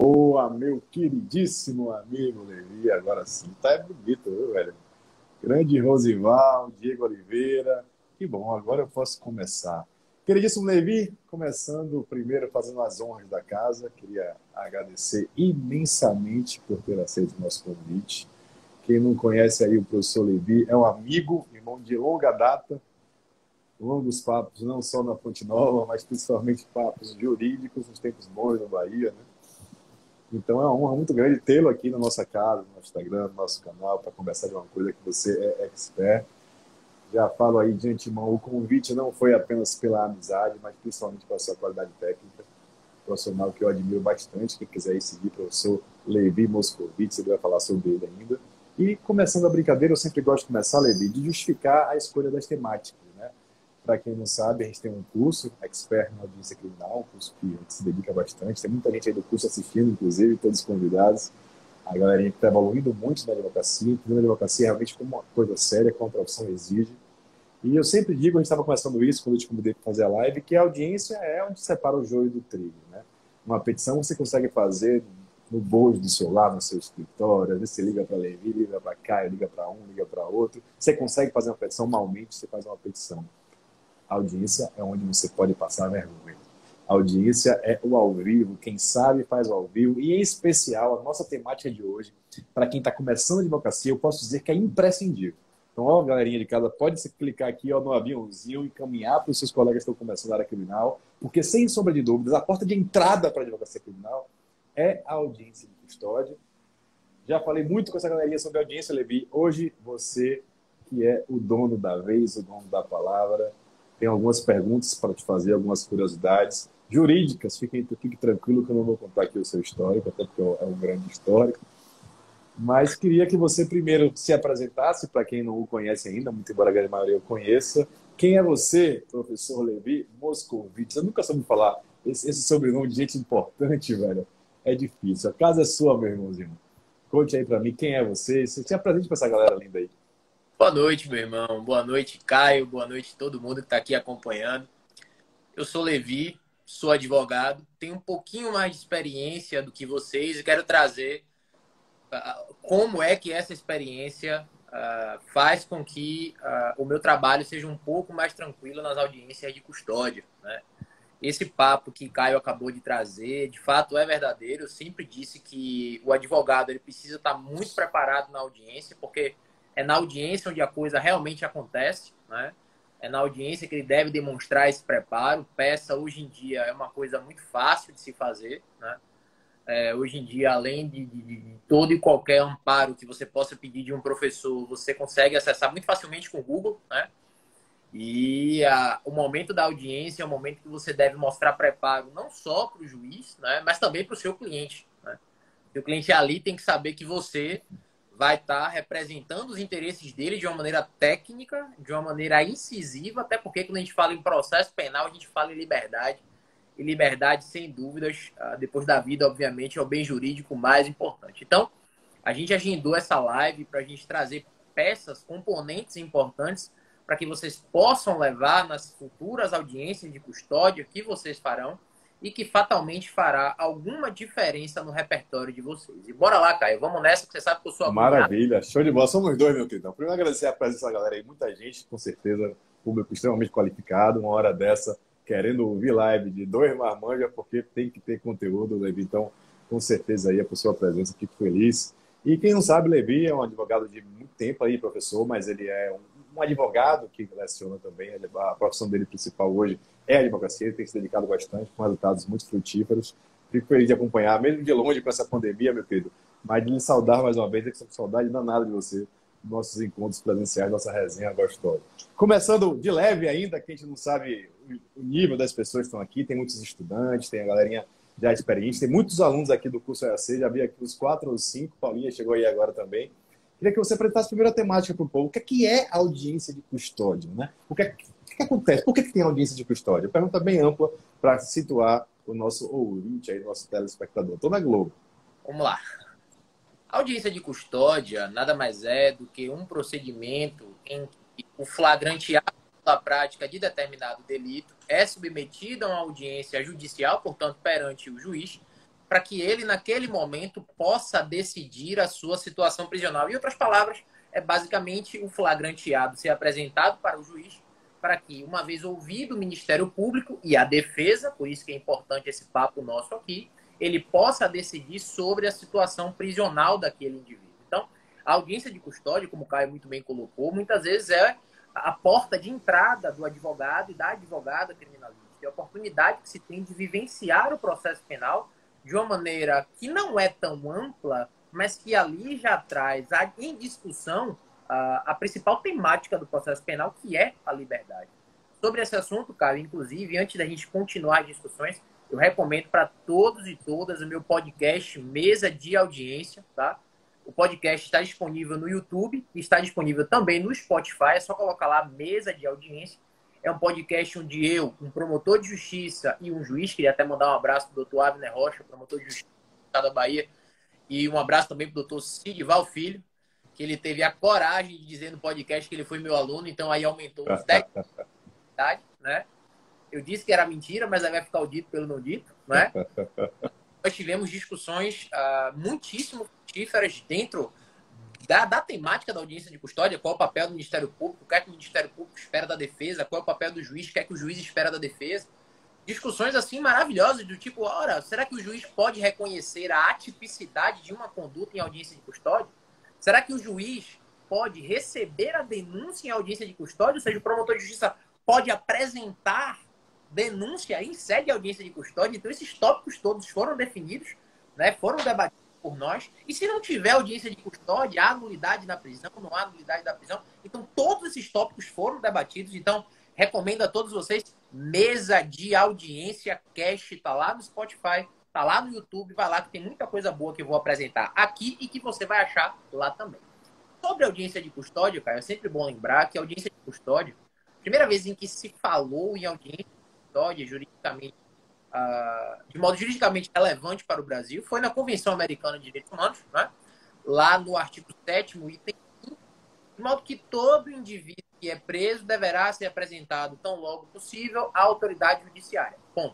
Boa, meu queridíssimo amigo Levi. Agora sim, tá bonito, viu, velho? Grande Rosival, Diego Oliveira. Que bom, agora eu posso começar. Queridíssimo Levi, começando primeiro fazendo as honras da casa, queria agradecer imensamente por ter aceito o nosso convite. Quem não conhece aí o professor Levi é um amigo, irmão de longa data, longos papos, não só na Fonte Nova, mas principalmente papos jurídicos nos tempos bons da Bahia, né? Então é uma honra muito grande tê-lo aqui na nossa casa, no nosso Instagram, no nosso canal, para conversar de uma coisa que você é expert. Já falo aí de antemão, o convite não foi apenas pela amizade, mas principalmente pela sua qualidade técnica, profissional que eu admiro bastante. Quem quiser ir seguir o professor Levi Moscovitz, ele vai falar sobre ele ainda. E começando a brincadeira, eu sempre gosto de começar, Levi, de justificar a escolha das temáticas, né? Para quem não sabe, a gente tem um curso, Expert na Audiência Criminal, um curso que a gente se dedica bastante. Tem muita gente aí do curso assistindo, inclusive, todos convidados. A galerinha que está evoluindo muito na advocacia, entendendo a advocacia realmente como uma coisa séria, como a profissão exige. E eu sempre digo, a gente estava conversando isso quando eu te convidei para fazer a live, que a audiência é onde separa o joio do trigo, né? Uma petição você consegue fazer no bojo do seu lar, no seu escritório, às vezes você liga para Levi, liga para cá, liga para um, liga para outro. Você consegue fazer uma petição, malmente você faz uma petição. A audiência é onde você pode passar vergonha. A audiência é o ao vivo, quem sabe faz o ao vivo, e em especial a nossa temática de hoje, para quem está começando a advocacia, eu posso dizer que é imprescindível. Então, ó, galerinha de casa, pode se clicar aqui ó, no aviãozinho e caminhar para os seus colegas que estão começando a área criminal, porque, sem sombra de dúvidas, a porta de entrada para a advocacia criminal é a audiência de custódia. Já falei muito com essa galerinha sobre audiência, Levi. Hoje, você, que é o dono da vez, o dono da palavra, tem algumas perguntas para te fazer, algumas curiosidades jurídicas. Fique tranquilo que eu não vou contar aqui o seu histórico, até porque é um grande histórico. Mas queria que você primeiro se apresentasse, para quem não o conhece ainda, muito embora a grande maioria o conheça. Quem é você, professor Levi Moscovitz? Eu nunca soube falar esse sobrenome de gente importante, velho. É difícil. A casa é sua, meu irmãozinho. Conte aí para mim quem é você. Você se apresente para essa galera linda aí. Boa noite, meu irmão. Boa noite, Caio. Boa noite a todo mundo que está aqui acompanhando. Eu sou Levi, sou advogado, tenho um pouquinho mais de experiência do que vocês e quero trazer como é que essa experiência faz com que o meu trabalho seja um pouco mais tranquilo nas audiências de custódia, né? Esse papo que Caio acabou de trazer, de fato é verdadeiro. Eu sempre disse que o advogado ele precisa estar muito preparado na audiência, porque é na audiência onde a coisa realmente acontece, né? É na audiência que ele deve demonstrar esse preparo. Peça, hoje em dia, é uma coisa muito fácil de se fazer, né? Hoje em dia, além de todo e qualquer amparo que você possa pedir de um professor, você consegue acessar muito facilmente com o Google, né? E o momento da audiência é o momento que você deve mostrar preparo não só para o juiz, né, mas também para o seu cliente, né? O cliente ali tem que saber que você vai estar representando os interesses dele de uma maneira técnica, de uma maneira incisiva, até porque quando a gente fala em processo penal, a gente fala em liberdade. E liberdade, sem dúvidas, depois da vida, obviamente, é o bem jurídico mais importante. Então, a gente agendou essa live para a gente trazer peças, componentes importantes para que vocês possam levar nas futuras audiências de custódia que vocês farão e que fatalmente fará alguma diferença no repertório de vocês. E bora lá, Caio. Vamos nessa, que você sabe que eu sou agoniado. Maravilha, show de bola. Somos dois, meu querido. Primeiro, agradecer a presença da galera aí. Muita gente, com certeza, público extremamente qualificado. Uma hora dessa, querendo ouvir live de dois marmanjas, porque tem que ter conteúdo, Levi. Então, com certeza aí, por sua presença, fico feliz. E quem não sabe, Levi é um advogado de muito tempo aí, professor, mas ele é um advogado que leciona também. A profissão dele principal hoje é a advocacia. Ele tem se dedicado bastante, com resultados muito frutíferos. Fico feliz de acompanhar, mesmo de longe com essa pandemia, meu querido. Mas de lhe saudar mais uma vez, é que estou com saudade danada de você, nossos encontros presenciais, nossa resenha gostosa. Começando de leve ainda, que a gente não sabe o nível das pessoas que estão aqui, tem muitos estudantes, tem a galerinha já experiente, tem muitos alunos aqui do curso EAC, já vi aqui os 4 ou 5, Paulinha chegou aí agora também. Queria que você apresentasse primeiro a temática para o povo. O que é a audiência de custódia, né? O que acontece? Por que tem audiência de custódia? Pergunta bem ampla para situar o nosso ouvinte aí, nosso telespectador. Estou na Globo. Vamos lá. A audiência de custódia nada mais é do que um procedimento em que o flagrante ato da prática de determinado delito é submetido a uma audiência judicial, portanto, perante o juiz, para que ele, naquele momento, possa decidir a sua situação prisional. Em outras palavras, é basicamente o flagranteado ser apresentado para o juiz, para que, uma vez ouvido o Ministério Público e a defesa, por isso que é importante esse papo nosso aqui, ele possa decidir sobre a situação prisional daquele indivíduo. Então, a audiência de custódia, como o Caio muito bem colocou, muitas vezes é a porta de entrada do advogado e da advogada criminalista. É a oportunidade que se tem de vivenciar o processo penal de uma maneira que não é tão ampla, mas que ali já traz em discussão a principal temática do processo penal, que é a liberdade. Sobre esse assunto, Caio, inclusive, antes da gente continuar as discussões, eu recomendo para todos e todas o meu podcast Mesa de Audiência, tá? O podcast está disponível no YouTube, está disponível também no Spotify, é só colocar lá Mesa de Audiência. É um podcast onde eu, um promotor de justiça e um juiz, queria até mandar um abraço para o doutor Abner Rocha, promotor de justiça do Estado da Bahia, e um abraço também para o doutor Sidival Filho, que ele teve a coragem de dizer no podcast que ele foi meu aluno, então aí aumentou os 10 idade, né? Eu disse que era mentira, mas aí vai ficar o dito pelo não dito, né? Nós tivemos discussões muitíssimo frutíferas dentro da temática da audiência de custódia, qual é o papel do Ministério Público, o que é que o Ministério Público espera da defesa, qual é o papel do juiz, o que é que o juiz espera da defesa. Discussões assim maravilhosas do tipo, ora, será que o juiz pode reconhecer a atipicidade de uma conduta em audiência de custódia? Será que o juiz pode receber a denúncia em audiência de custódia? Ou seja, o promotor de justiça pode apresentar denúncia em sede de audiência de custódia? Então, esses tópicos todos foram definidos, né, foram debatidos por nós. E se não tiver audiência de custódia, há nulidade na prisão, não há nulidade da prisão. Então, todos esses tópicos foram debatidos. Então, recomendo a todos vocês, Mesa de Audiência Cast, está lá no Spotify, está lá no YouTube, vai lá que tem muita coisa boa que eu vou apresentar aqui e que você vai achar lá também. Sobre a audiência de custódia, cara, é sempre bom lembrar que a audiência de custódia, a primeira vez em que se falou em audiência de custódia juridicamente, de modo juridicamente relevante para o Brasil, foi na Convenção Americana de Direitos Humanos, né? Lá no artigo 7º, item 5, de modo que todo indivíduo que é preso deverá ser apresentado tão logo possível à autoridade judiciária. Ponto.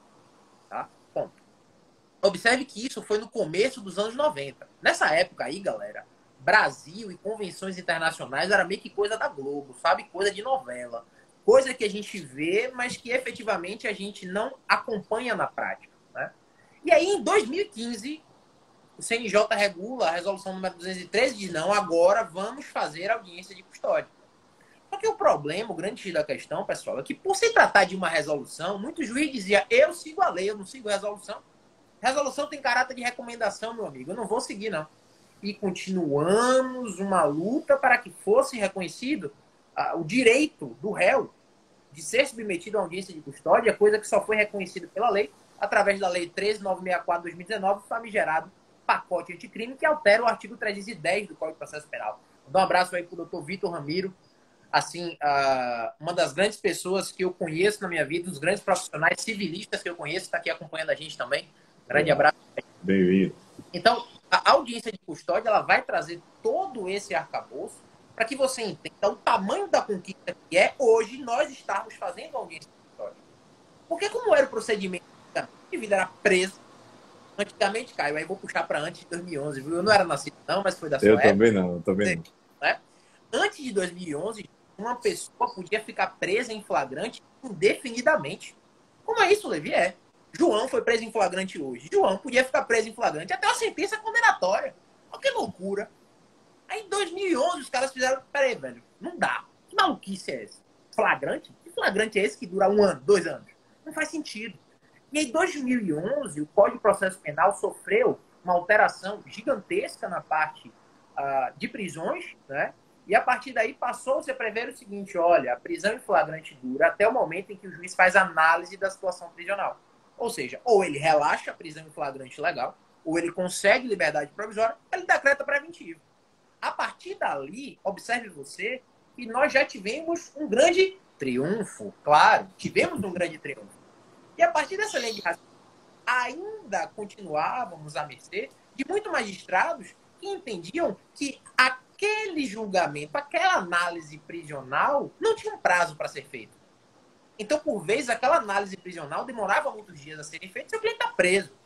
Tá? Ponto. Observe que isso foi no começo dos anos 90. Nessa época aí, galera, Brasil e convenções internacionais era meio que coisa da Globo, sabe? Coisa de novela. Coisa que a gente vê, mas que efetivamente a gente não acompanha na prática, né? E aí, em 2015, o CNJ regula a resolução número 213 diz, não, agora vamos fazer audiência de custódia. Só que o problema, o grande X da questão, pessoal, é que por se tratar de uma resolução, muito juiz dizia, eu sigo a lei, eu não sigo a resolução. Resolução tem caráter de recomendação, meu amigo, eu não vou seguir, não. E continuamos uma luta para que fosse reconhecido o direito do réu de ser submetido à audiência de custódia, coisa que só foi reconhecida pela lei, através da Lei 13.964 de 2019, famigerado pacote anticrime, que altera o artigo 310 do Código de Processo Penal. Vou dar um abraço aí para o doutor Vitor Ramiro, assim, uma das grandes pessoas que eu conheço na minha vida, os grandes profissionais civilistas que eu conheço, está aqui acompanhando a gente também. Grande abraço. Bem-vindo. Então, a audiência de custódia, ela vai trazer todo esse arcabouço para que você entenda o tamanho da conquista que é hoje nós estarmos fazendo audiência de custódia. Porque como era o procedimento, o indivíduo era preso. Antigamente, Caio, aí vou puxar para antes de 2011, viu? Eu não era nascido não, mas foi da sua época. Eu também não. Né? Antes de 2011, uma pessoa podia ficar presa em flagrante indefinidamente. Como é isso, Levi? João foi preso em flagrante hoje. João podia ficar preso em flagrante até uma sentença condenatória. Olha que loucura. Aí em 2011 os caras fizeram, peraí, velho, não dá. Que maluquice é essa? Flagrante? Que flagrante é esse que dura 1 ano, 2 anos? Não faz sentido. E em 2011 o Código de Processo Penal sofreu uma alteração gigantesca na parte de prisões, né? E a partir daí passou-se a prever o seguinte, olha, a prisão em flagrante dura até o momento em que o juiz faz análise da situação prisional. Ou seja, ou ele relaxa a prisão em flagrante legal, ou ele consegue liberdade provisória, ele decreta preventivo. A partir dali, observe você que nós já tivemos um grande triunfo, claro, tivemos um grande triunfo. E a partir dessa lei de raciocínio, ainda continuávamos à mercê de muitos magistrados que entendiam que aquele julgamento, aquela análise prisional, não tinha um prazo para ser feito. Então, por vezes, aquela análise prisional demorava muitos dias a serem feitos e o cliente está preso.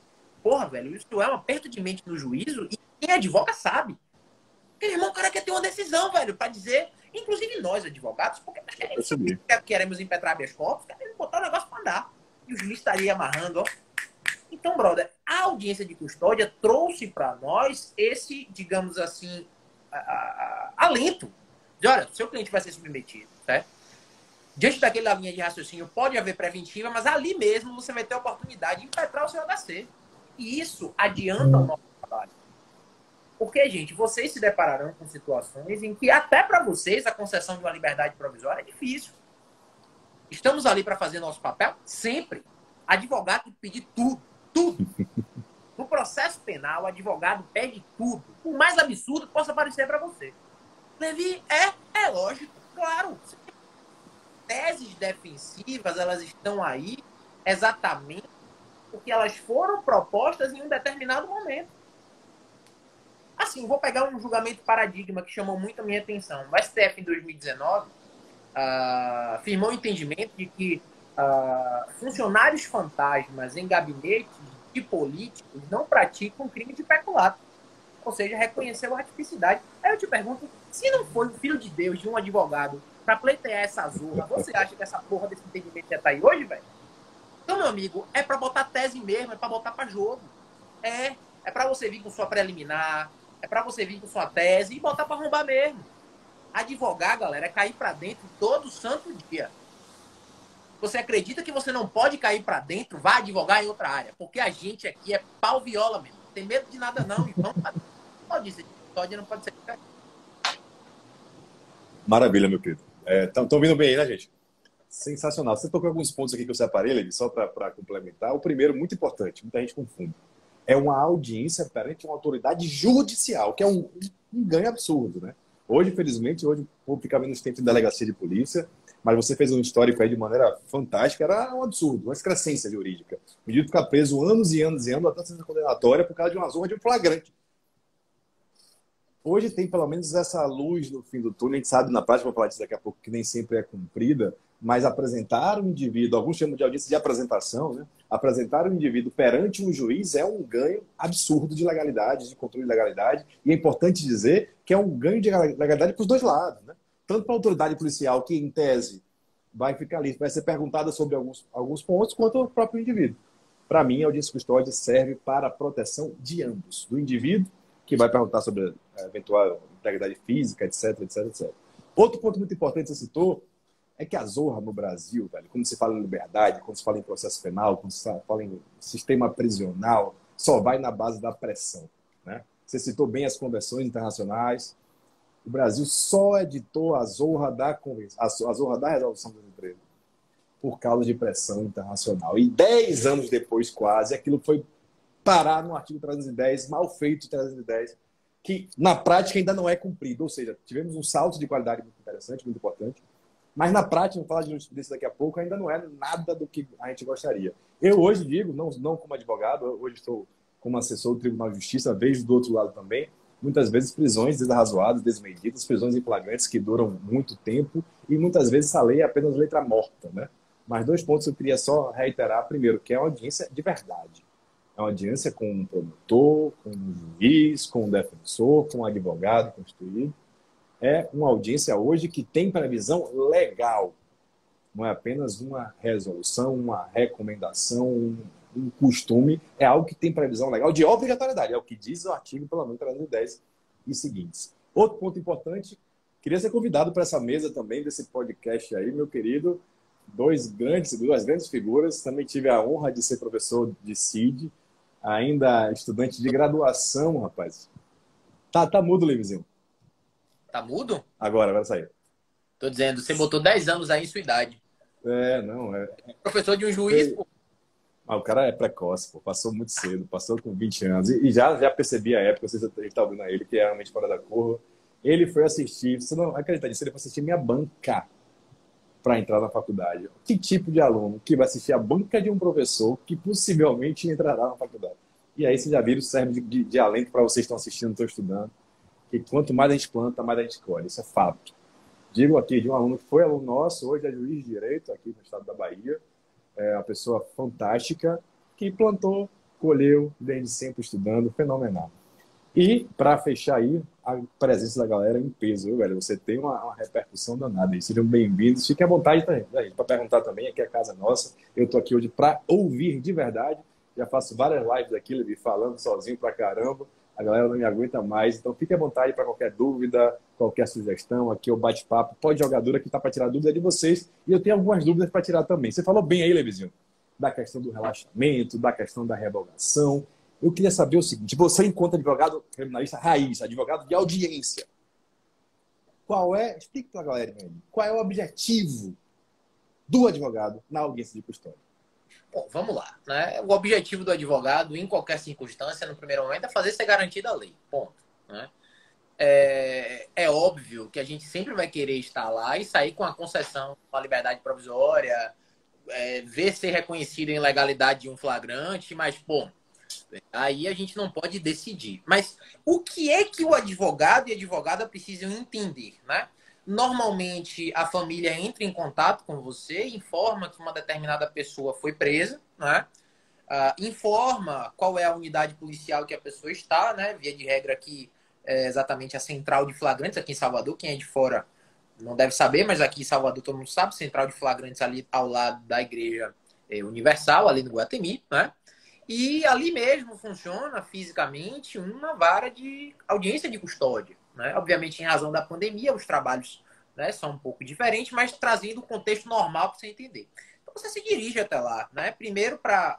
porra, velho, isso é um aperto de mente no juízo e quem advoga sabe. Porque, irmão, o cara quer ter uma decisão, velho, pra dizer, inclusive nós, advogados, porque queremos impetrar habeas corpus, queremos botar o negócio pra andar. E o juiz estaria amarrando, ó. Então, brother, a audiência de custódia trouxe para nós esse, digamos assim, alento. De, olha, seu cliente vai ser submetido, certo? Diante daquela linha de raciocínio, pode haver preventiva, mas ali mesmo você vai ter a oportunidade de impetrar o seu HC. E isso adianta o nosso trabalho. Porque, gente, vocês se depararão com situações em que até para vocês a concessão de uma liberdade provisória é difícil. Estamos ali para fazer nosso papel sempre. Advogado tem que pedir tudo. Tudo. No processo penal, o advogado pede tudo. O mais absurdo que possa parecer para você. Levi, é lógico, claro. Teses defensivas, elas estão aí exatamente porque elas foram propostas em um determinado momento. Assim, vou pegar um julgamento paradigma que chamou muito a minha atenção. O STF, em 2019, firmou o entendimento de que funcionários fantasmas em gabinetes de políticos não praticam crime de peculato. Ou seja, reconheceu a atipicidade. Aí eu te pergunto, se não foi o filho de Deus de um advogado para pleitear essa zorra, você acha que essa porra desse entendimento já tá aí hoje, velho? Então, meu amigo, é para botar tese mesmo, é para botar para jogo. É para você vir com sua preliminar, é para você vir com sua tese e botar para arrombar mesmo. Advogar, galera, é cair para dentro todo santo dia. Você acredita que você não pode cair para dentro? Vá advogar em outra área. Porque a gente aqui é pau viola mesmo. Não tem medo de nada não. E vamos pra dentro. Pode ser. Pode, não pode ser. Maravilha, meu querido. Estão ouvindo bem aí, né, gente? Sensacional. Você tocou alguns pontos aqui que eu separei, Levi, só para complementar. O primeiro, muito importante, muita gente confunde. É uma audiência perante uma autoridade judicial, que é um ganho absurdo, né? Hoje, infelizmente, o povo fica menos tempo em delegacia de polícia, mas você fez um histórico aí de maneira fantástica, era um absurdo, uma excrescência jurídica. O indivíduo ficar preso anos e anos e anos até sentença condenatória por causa de uma zorra de um flagrante. Hoje tem pelo menos essa luz no fim do túnel, a gente sabe na prática, vou falar disso daqui a pouco, que nem sempre é cumprida, mas apresentar o indivíduo, alguns chamam de audiência de apresentação, né? Apresentar o indivíduo perante um juiz é um ganho absurdo de legalidade, de controle de legalidade, e é importante dizer que é um ganho de legalidade para os dois lados, né? Tanto para a autoridade policial, que em tese vai ficar ali, vai ser perguntada sobre alguns pontos, quanto ao próprio indivíduo. Para mim, a audiência de custódia serve para a proteção de ambos, do indivíduo, que vai perguntar sobre a eventual integridade física, etc, etc, etc. Outro ponto muito importante que você citou é que a zorra no Brasil, velho, quando se fala em liberdade, quando se fala em processo penal, quando se fala em sistema prisional, só vai na base da pressão, né? Você citou bem as convenções internacionais. O Brasil só editou a zorra da Resolução 213 por causa de pressão internacional. E 10 anos depois, quase, aquilo foi parar no artigo 310, mal feito 310, que na prática ainda não é cumprido. Ou seja, tivemos um salto de qualidade muito interessante, muito importante, mas na prática, vamos falar de jurisprudência daqui a pouco, ainda não é nada do que a gente gostaria. Eu hoje digo, não como advogado, hoje estou como assessor do Tribunal de Justiça, vejo do outro lado também, muitas vezes prisões desarrazoadas, desmedidas, prisões em flagrantes que duram muito tempo, e muitas vezes essa lei é apenas letra morta, né? Mas 2 pontos eu queria só reiterar. Primeiro, que é uma audiência de verdade. É uma audiência com um promotor, com um juiz, com um defensor, com um advogado constituído. É uma audiência hoje que tem previsão legal. Não é apenas uma resolução, uma recomendação, um costume. É algo que tem previsão legal de obrigatoriedade. É o que diz o artigo, pelo menos, 310 e seguintes. Outro ponto importante, queria ser convidado para essa mesa também, desse podcast aí, meu querido. Duas grandes figuras. Também tive a honra de ser professor de CID, ainda estudante de graduação, rapaz. Tá mudo, Levizinho. Tá mudo? Agora saiu. Tô dizendo, você botou 10 anos aí em sua idade. Não. Professor de um juiz, pô. O cara é precoce, pô. Passou muito cedo, passou com 20 anos. E já percebi a época, vocês estão ouvindo a ele, que é realmente fora da curva. Ele foi assistir, você não acredita nisso, ele foi assistir minha banca para entrar na faculdade. Que tipo de aluno que vai assistir a banca de um professor que possivelmente entrará na faculdade? E aí vocês já viram, serve de alento para vocês que estão assistindo, estão estudando, que quanto mais a gente planta, mais a gente colhe. Isso é fato. Digo aqui de um aluno que foi aluno nosso, hoje é juiz de direito aqui no estado da Bahia, é uma pessoa fantástica, que plantou escolheu, desde sempre estudando, fenomenal. E, para fechar aí, a presença da galera em peso, viu, velho? Você tem uma repercussão danada aí. Sejam bem-vindos. Fiquem à vontade também, né, para perguntar também. Aqui é a casa nossa. Eu tô aqui hoje para ouvir de verdade. Já faço várias lives aqui, Levi, falando sozinho pra caramba. A galera não me aguenta mais. Então, fique à vontade para qualquer dúvida, qualquer sugestão. Aqui o bate-papo. Pode jogar dura que tá para tirar dúvida de vocês. E eu tenho algumas dúvidas para tirar também. Você falou bem aí, Levizinho, da questão do relaxamento, da questão da revogação. Eu queria saber o seguinte: você, enquanto advogado criminalista raiz, advogado de audiência, explique para a galera, qual é o objetivo do advogado na audiência de custódia? Bom, vamos lá, né? O objetivo do advogado, em qualquer circunstância, no primeiro momento, é fazer ser garantida a lei. Ponto. Né? É óbvio que a gente sempre vai querer estar lá e sair com a concessão, com a liberdade provisória, ver ser reconhecido em legalidade de um flagrante, mas, bom, aí a gente não pode decidir. Mas o que é que o advogado e a advogada precisam entender, né? Normalmente, a família entra em contato com você, informa que uma determinada pessoa foi presa, né? Informa qual é a unidade policial que a pessoa está, né? Via de regra aqui, é exatamente a central de flagrantes aqui em Salvador. Quem é de fora não deve saber, mas aqui em Salvador todo mundo sabe, central de flagrantes ali ao lado da Igreja Universal, ali no Guatemi, né? E ali mesmo funciona fisicamente uma vara de audiência de custódia. Né? Obviamente, em razão da pandemia, os trabalhos, né, são um pouco diferentes, mas trazendo o contexto normal para você entender. Então, você se dirige até lá, né? Primeiro,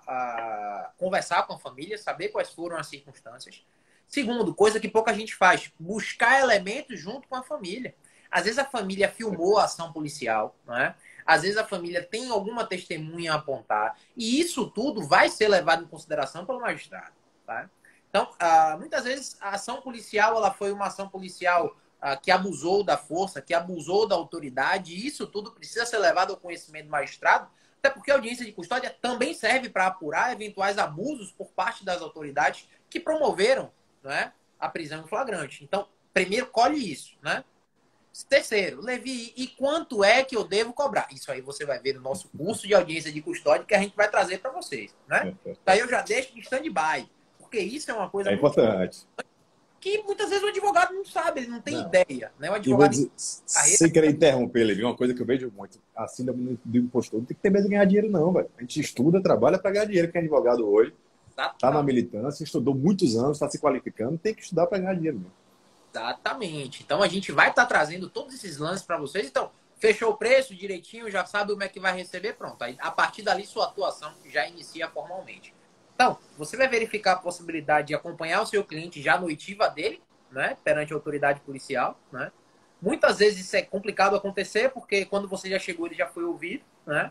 para conversar com a família, saber quais foram as circunstâncias. Segundo, coisa que pouca gente faz, buscar elementos junto com a família. Às vezes a família filmou a ação policial, né? Às vezes a família tem alguma testemunha a apontar. E isso tudo vai ser levado em consideração pelo magistrado. Tá? Então, muitas vezes a ação policial ela foi uma ação policial que abusou da força, que abusou da autoridade. E isso tudo precisa ser levado ao conhecimento do magistrado, até porque a audiência de custódia também serve para apurar eventuais abusos por parte das autoridades que promoveram, né, a prisão em flagrante. Então, primeiro, colhe isso, né? Terceiro, Levi, e quanto é que eu devo cobrar? Isso aí você vai ver no nosso curso de audiência de custódia que a gente vai trazer para vocês, né? Daí eu já deixo de stand-by, porque isso é uma coisa muito importante. Que muitas vezes o advogado não sabe, ele não tem ideia, né? O advogado sem querer interromper, Levi, uma coisa que eu vejo muito, assim, do impostor, não tem que ter medo de ganhar dinheiro não, velho. A gente estuda, trabalha para ganhar dinheiro, quem é advogado hoje, tá na militância, estudou muitos anos, está se qualificando, tem que estudar para ganhar dinheiro mesmo. Exatamente. Então a gente vai estar trazendo todos esses lances para vocês. Então, fechou o preço direitinho, já sabe como é que vai receber, pronto. Aí, a partir dali, sua atuação já inicia formalmente. Então, você vai verificar a possibilidade de acompanhar o seu cliente já no oitiva dele, né, perante a autoridade policial, né? Muitas vezes isso é complicado acontecer, porque quando você já chegou, ele já foi ouvido, né?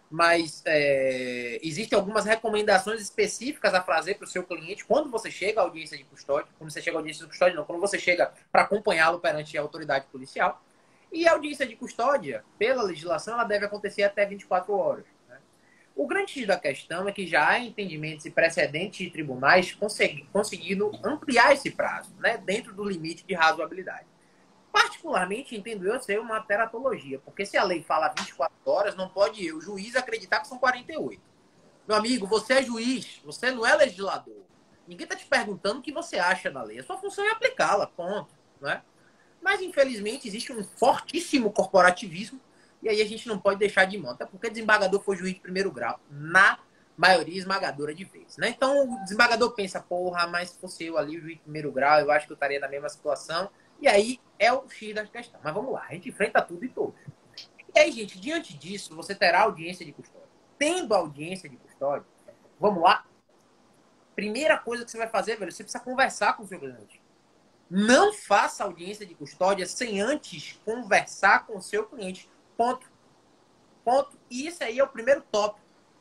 Mas existem algumas recomendações específicas a fazer para o seu cliente quando você chega à audiência de custódia. Quando você chega à audiência de custódia, não. Quando você chega para acompanhá-lo perante a autoridade policial. E a audiência de custódia, pela legislação, ela deve acontecer até 24 horas. Né? O grande da questão é que já há entendimentos e precedentes de tribunais conseguindo ampliar esse prazo, né, dentro do limite de razoabilidade. Particularmente, entendo eu ser uma teratologia, porque se a lei fala 24 horas, não pode eu, juiz, acreditar que são 48. Meu amigo, você é juiz, você não é legislador. Ninguém está te perguntando o que você acha da lei. A sua função é aplicá-la, ponto. Né? Mas, infelizmente, existe um fortíssimo corporativismo e aí a gente não pode deixar de mão, até porque o desembargador foi juiz de primeiro grau, na maioria esmagadora de vezes. Né? Então, o desembargador pensa, porra, mas se fosse eu ali, o juiz de primeiro grau, eu acho que eu estaria na mesma situação. E aí é o X da questão. Mas vamos lá, a gente enfrenta tudo e todos. E aí, gente, diante disso, você terá audiência de custódia. Tendo audiência de custódia, vamos lá. Primeira coisa que você vai fazer, velho, você precisa conversar com o seu cliente. Não faça audiência de custódia sem antes conversar com o seu cliente. Ponto. Ponto. E isso aí é o primeiro tópico.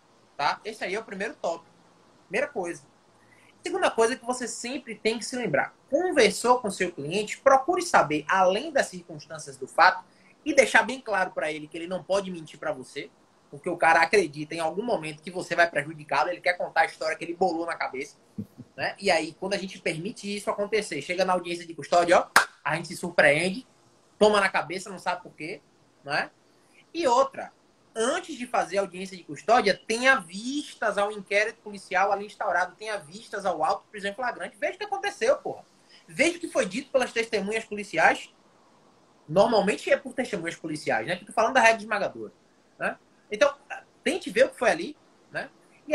Tá? Esse aí é o primeiro tópico. Primeira coisa. Segunda coisa que você sempre tem que se lembrar. Conversou com seu cliente, procure saber, além das circunstâncias do fato, e deixar bem claro para ele que ele não pode mentir para você, porque o cara acredita em algum momento que você vai prejudicá-lo, ele quer contar a história que ele bolou na cabeça. Né? E aí, quando a gente permite isso acontecer, chega na audiência de custódia, ó, a gente se surpreende, toma na cabeça, não sabe por quê. Né? E outra, antes de fazer a audiência de custódia, tenha vistas ao inquérito policial ali instaurado, tenha vistas ao auto de prisão em flagrante. Veja o que aconteceu, porra. Veja o que foi dito pelas testemunhas policiais. Normalmente é por testemunhas policiais, né? Que tô falando da regra esmagadora, né? Então, tente ver o que foi ali, né? E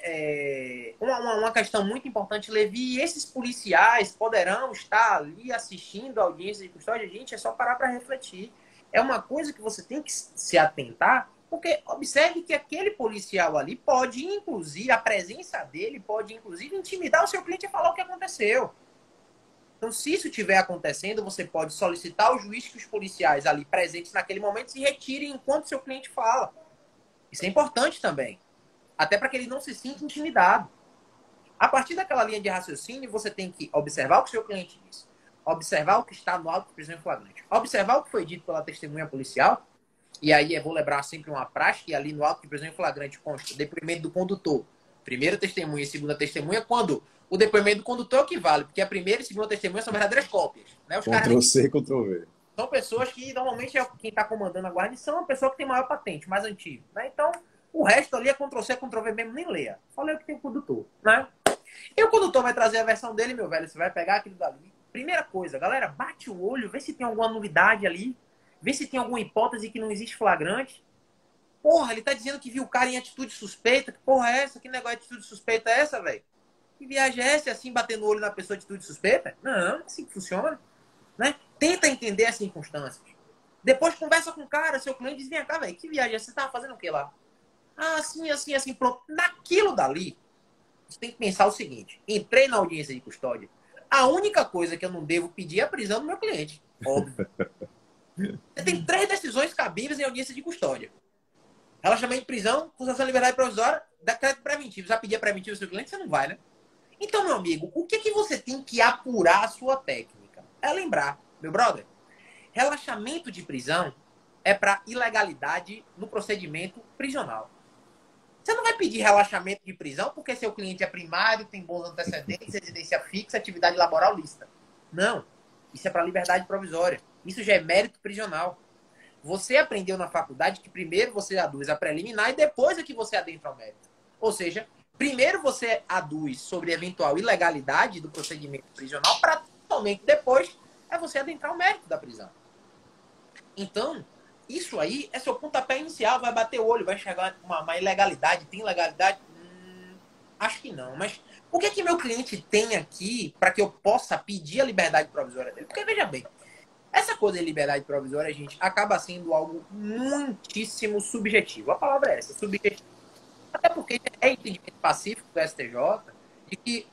aí, uma questão muito importante, Levi, esses policiais poderão estar ali assistindo a audiência de custódia? Gente, é só parar para refletir. É uma coisa que você tem que se atentar, porque observe que aquele policial ali pode, inclusive, a presença dele pode, inclusive, intimidar o seu cliente a falar o que aconteceu. Então, se isso estiver acontecendo, você pode solicitar ao juiz que os policiais ali presentes naquele momento se retirem enquanto seu cliente fala. Isso é importante também. Até para que ele não se sinta intimidado. A partir daquela linha de raciocínio, você tem que observar o que o seu cliente disse, observar o que está no auto de prisão em flagrante, observar o que foi dito pela testemunha policial, e aí eu vou lembrar sempre uma prática, que ali no auto de prisão em flagrante consta o depoimento do condutor, primeira testemunha e segunda testemunha, quando o depoimento do condutor é o que vale, porque a primeira e a segunda testemunha são verdadeiras cópias. Né? Os Ctrl C, Ctrl V. São pessoas que normalmente quem está comandando a guarnição é uma pessoa que tem maior patente, mais antigo. Né? Então, o resto ali é Ctrl-C, Ctrl-V mesmo, nem leia. Falei o que tem o condutor. Né? E o condutor vai trazer a versão dele, meu velho. Você vai pegar aquilo dali. Primeira coisa, galera, bate o olho, vê se tem alguma novidade ali. Vê se tem alguma hipótese que não existe flagrante. Porra, ele tá dizendo que viu o cara em atitude suspeita. Que porra é essa? Que negócio de atitude suspeita é essa, velho? Que viagem é essa? Assim, bater no olho na pessoa de atitude suspeita? Não, é assim que funciona. Né? Tenta entender as circunstâncias. Depois conversa com o cara, seu cliente diz, vem cá, velho, que viagem, você tava fazendo o que lá? Ah, assim, assim, assim, pronto. Naquilo dali, você tem que pensar o seguinte, entrei na audiência de custódia, a única coisa que eu não devo pedir é a prisão do meu cliente, óbvio. Você tem 3 decisões cabíveis em audiência de custódia. Relaxamento de prisão, concessão de liberdade provisória, decreto preventivo. Você vai pedir preventivo ao seu cliente? Você não vai, né? Então, meu amigo, o que você tem que apurar a sua técnica? É lembrar, meu brother, relaxamento de prisão é para ilegalidade no procedimento prisional. Você não vai pedir relaxamento de prisão porque seu cliente é primário, tem bons antecedentes, residência fixa, atividade laboral lícita. Não. Isso é para liberdade provisória. Isso já é mérito prisional. Você aprendeu na faculdade que primeiro você aduz a preliminar e depois é que você adentra ao mérito. Ou seja, primeiro você aduz sobre eventual ilegalidade do procedimento prisional para somente depois é você adentrar ao mérito da prisão. Então, isso aí é seu pontapé inicial, vai bater o olho, vai enxergar uma ilegalidade, tem ilegalidade? Acho que não, mas o que meu cliente tem aqui para que eu possa pedir a liberdade provisória dele? Porque, veja bem, essa coisa de liberdade provisória, gente, acaba sendo algo muitíssimo subjetivo. A palavra é essa, subjetivo. Até porque é entendimento pacífico do STJ de que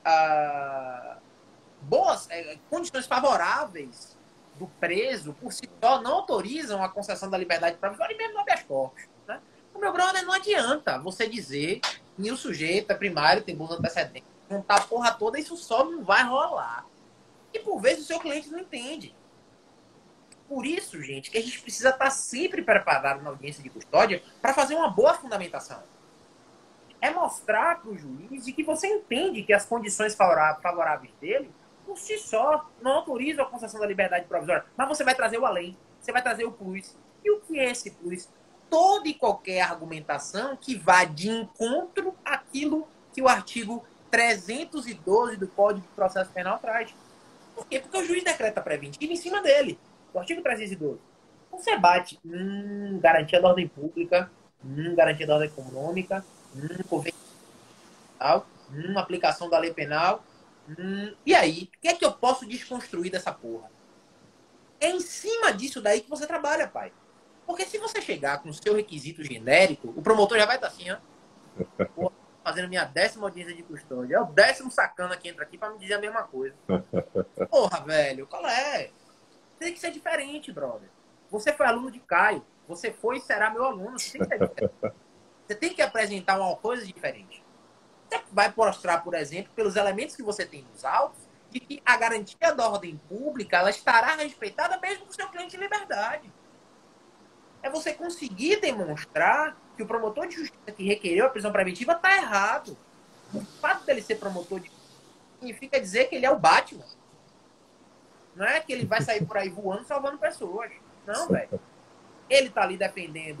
boas condições favoráveis do preso, por si só, não autorizam a concessão da liberdade provisória e mesmo no habeas corpus. Né? O meu brother, não adianta você dizer que o sujeito é primário, tem bons antecedentes, montar a porra toda, isso só não vai rolar. E por vezes o seu cliente não entende. Por isso, gente, que a gente precisa estar sempre preparado na audiência de custódia para fazer uma boa fundamentação. É mostrar para o juiz de que você entende que as condições favoráveis dele por si só, não autoriza a concessão da liberdade provisória. Mas você vai trazer o além, você vai trazer o plus. E o que é esse plus? Toda e qualquer argumentação que vá de encontro àquilo que o artigo 312 do Código de Processo Penal traz. Por quê? Porque o juiz decreta preventivo em cima dele. O artigo 312. Você bate, garantia da ordem pública, garantia da ordem econômica, convênio penal, aplicação da lei penal. E aí, o que é que eu posso desconstruir dessa porra? É em cima disso daí que você trabalha, pai. Porque se você chegar com o seu requisito genérico, o promotor já vai estar assim, ó. Porra, fazendo minha 10ª audiência de custódia. É o 10º sacana que entra aqui pra me dizer a mesma coisa. Porra, velho, qual é? Tem que ser diferente, brother. Você foi aluno de Caio. Você foi e será meu aluno. Você tem que ser diferente. Você tem que apresentar uma coisa diferente. Você vai mostrar, por exemplo, pelos elementos que você tem nos autos, de que a garantia da ordem pública ela estará respeitada mesmo com o seu cliente em liberdade. É você conseguir demonstrar que o promotor de justiça que requereu a prisão preventiva está errado. O fato dele ser promotor de justiça significa dizer que ele é o Batman. Não é que ele vai sair por aí voando, salvando pessoas. Não, velho. Ele está ali defendendo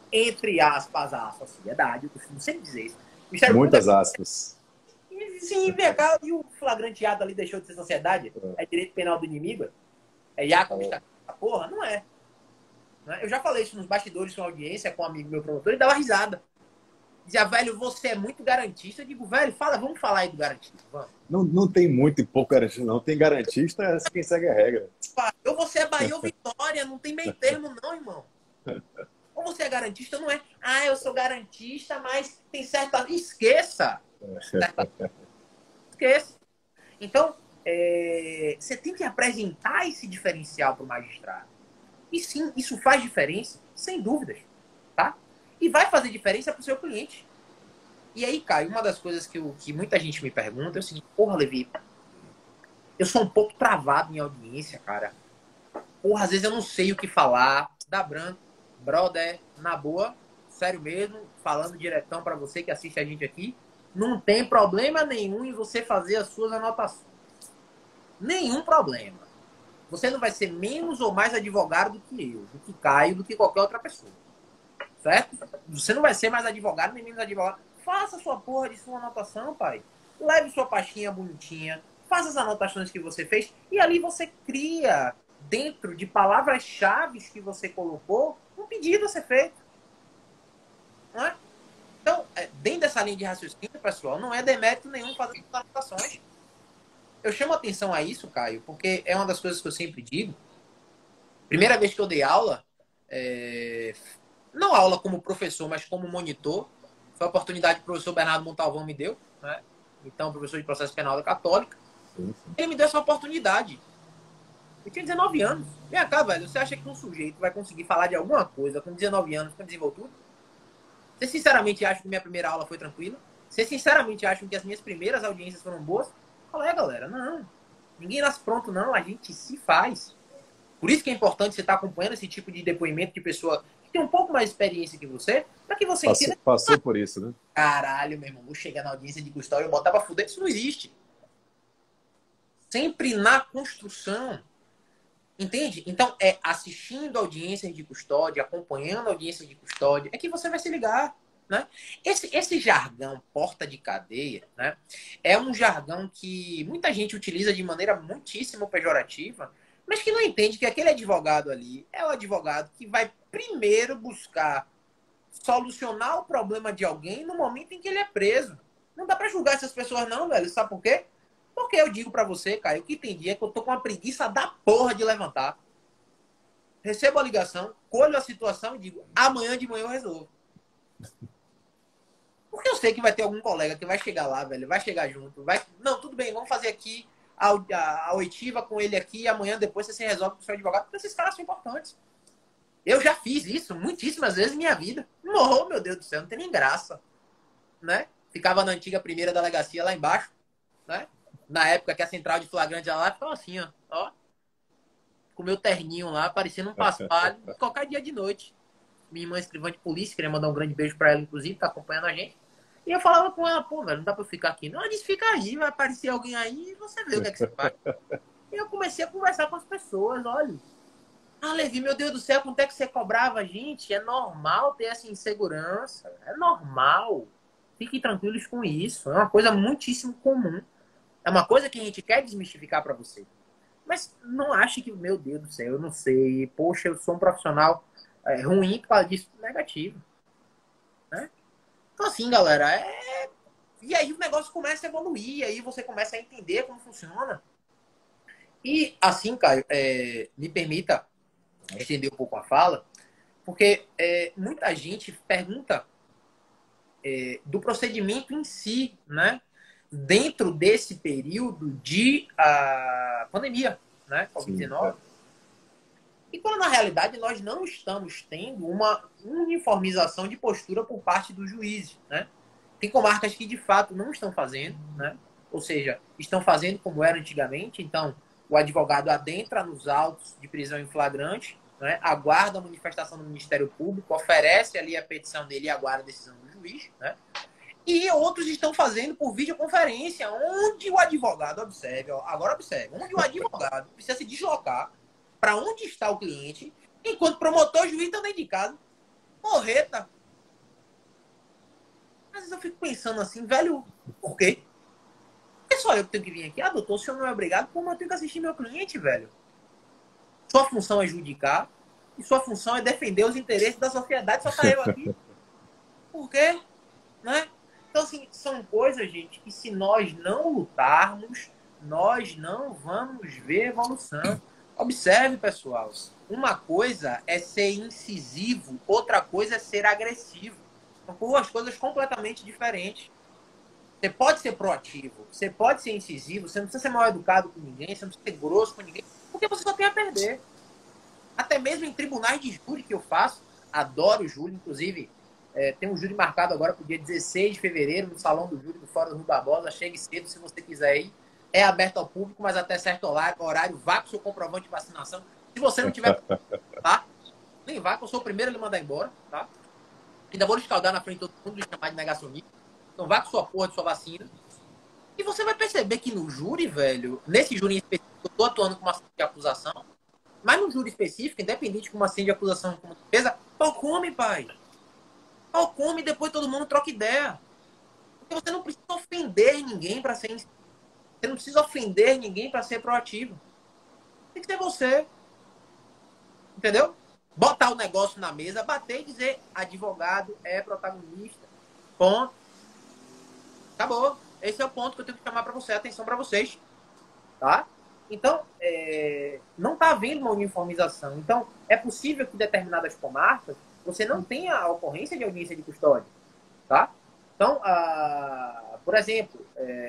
entre aspas, a sociedade. Eu costumo sempre dizer isso. O Ministério Público Muitas aspas. sim, vem cá, e o flagranteado ali deixou de ser sociedade? É direito penal do inimigo? É Iaco está porra? Não é. Eu já falei isso nos bastidores com audiência, com um amigo meu promotor, e dava risada. Dizia, velho, você é muito garantista. Eu digo, velho, vamos falar aí do garantista. Vamos. Não tem muito e pouco garantista, não. Tem garantista, é quem segue a regra. Ou você é Bahia ou Vitória, não tem meio termo, não, irmão. Ou você é garantista, não é. Ah, eu sou garantista, mas tem certa. Esqueça! Esqueça. Então, você tem que apresentar esse diferencial para o magistrado. E sim, isso faz diferença, sem dúvidas. Tá? E vai fazer diferença para o seu cliente. E aí, Caio, uma das coisas que muita gente me pergunta é o seguinte: porra, Levi, eu sou um pouco travado em audiência, cara. Porra, às vezes eu não sei o que falar. Dá branco. Brother, na boa, sério mesmo, falando diretão para você que assiste a gente aqui, não tem problema nenhum em você fazer as suas anotações. Nenhum problema. Você não vai ser menos ou mais advogado do que eu, do que Caio, do que qualquer outra pessoa. Certo? Você não vai ser mais advogado nem menos advogado. Faça sua porra de sua anotação, pai. Leve sua pastinha bonitinha. Faça as anotações que você fez. E ali você cria, dentro de palavras-chave que você colocou, um pedido a ser feito. Não é? Então, dentro dessa linha de raciocínio, pessoal, não é demérito nenhum fazer as anotações. Eu chamo atenção a isso, Caio, porque é uma das coisas que eu sempre digo. Primeira vez que eu dei aula, não aula como professor, mas como monitor, foi a oportunidade que o professor Bernardo Montalvão me deu, né? Então, professor de processo penal da Católica. Ele me deu essa oportunidade. Eu tinha 19 anos. Vem cá, velho, você acha que um sujeito vai conseguir falar de alguma coisa com 19 anos, com desenvoltura? Você sinceramente acha que minha primeira aula foi tranquila? Você sinceramente acha que as minhas primeiras audiências foram boas? Qual é, galera? Não. Ninguém nasce pronto, não. A gente se faz. Por isso que é importante você estar acompanhando esse tipo de depoimento de pessoa que tem um pouco mais de experiência que você, para que você entenda. Passou por isso, né? Caralho, meu irmão, vou chegar na audiência de custódia e botar pra fuder. Isso não existe. Sempre na construção. Entende? Então, assistindo audiências de custódia, acompanhando audiências de custódia, é que você vai se ligar. Né? Esse jargão porta de cadeia, né, é um jargão que muita gente utiliza de maneira muitíssimo pejorativa, mas que não entende que aquele advogado ali é o advogado que vai primeiro buscar solucionar o problema de alguém no momento em que ele é preso. Não dá pra julgar essas pessoas não, velho. Sabe por quê? Porque eu digo pra você, Caio, que tem dia que eu tô com uma preguiça da porra de levantar. Recebo a ligação, colho a situação e digo, amanhã de manhã eu resolvo. Porque eu sei que vai ter algum colega que vai chegar lá, velho, vai chegar junto, vai... Não, tudo bem, vamos fazer aqui a oitiva com ele aqui e amanhã depois você se resolve com o seu advogado, porque esses caras são importantes. Eu já fiz isso muitíssimas vezes na minha vida. Oh, meu Deus do céu, não tem nem graça. Né? Ficava na antiga primeira delegacia lá embaixo, né? Na época que a central de flagrante lá ficava assim, ó. Com o meu terninho lá, parecendo um paspalho, qualquer dia de noite. Minha irmã é escrivã de polícia, queria mandar um grande beijo pra ela, inclusive, tá acompanhando a gente. E eu falava com ela, pô, velho, não dá pra eu ficar aqui. Não, ela disse, fica aí, vai aparecer alguém aí e você vê o que é que você faz. E eu comecei a conversar com as pessoas, olha. Ah, Levi, meu Deus do céu, quanto é que você cobrava? Gente, é normal ter essa insegurança. É normal. Fiquem tranquilos com isso. É uma coisa muitíssimo comum. É uma coisa que a gente quer desmistificar para você. Mas não ache que, meu Deus do céu, eu não sei. Poxa, eu sou um profissional ruim por causa disso. Negativo. Né? Então, assim, galera, E aí o negócio começa a evoluir. Aí você começa a entender como funciona. E, assim, Caio, me permita estender um pouco a fala, porque muita gente pergunta do procedimento em si, né? Dentro desse período de pandemia, né? Covid-19. E quando, na realidade, nós não estamos tendo uma uniformização de postura por parte dos juízes, né? Tem comarcas que, de fato, não estão fazendo, né? Ou seja, estão fazendo como era antigamente. Então, o advogado adentra nos autos de prisão em flagrante, né? Aguarda a manifestação do Ministério Público, oferece ali a petição dele e aguarda a decisão do juiz, né? E outros estão fazendo por videoconferência, onde o advogado, agora observe, onde o advogado precisa se deslocar para onde está o cliente, enquanto promotor e juiz estão dentro de casa. porreta. Às vezes eu fico pensando assim, velho, por quê? É só eu que tenho que vir aqui. Ah, doutor, o senhor não é obrigado, como eu tenho que assistir meu cliente, velho? Sua função é judicar e sua função é defender os interesses da sociedade, só tá eu aqui. Por quê? Né? Então, assim, são coisas, gente, que se nós não lutarmos, nós não vamos ver evolução. Observe, pessoal. Uma coisa é ser incisivo, outra coisa é ser agressivo. São duas coisas completamente diferentes. Você pode ser proativo, você pode ser incisivo, você não precisa ser mal educado com ninguém, você não precisa ser grosso com ninguém, porque você só tem a perder. Até mesmo em tribunais de júri que eu faço, adoro o júri, inclusive tem um júri marcado agora para o dia 16 de fevereiro, no Salão do Júri do Fórum do Rui Barbosa. Chegue cedo se você quiser ir. É aberto ao público, mas até certo horário, vá com o seu comprovante de vacinação. Se você não tiver, tá? Nem vá, que eu sou o primeiro a lhe mandar embora, tá? Ainda vou lhe escaldar na frente de todo mundo, lhe chamar de negacionista. Então vá com sua porra de sua vacina. E você vai perceber que no júri, velho, nesse júri específico, eu tô atuando com uma ação de acusação, mas no júri específico, independente de uma ação de acusação como defesa, pau come, pai. Pau come e depois todo mundo troca ideia. Porque você não precisa ofender ninguém para ser... Você não precisa ofender ninguém para ser proativo. Tem que ser você. Entendeu? Botar o negócio na mesa, bater e dizer advogado é protagonista. Ponto. Acabou. Esse é o ponto que eu tenho que chamar para você. Atenção para vocês. Tá? Então, não está havendo uma uniformização. Então, é possível que determinadas comarcas você não tenha a ocorrência de audiência de custódia. Tá? Então, por exemplo,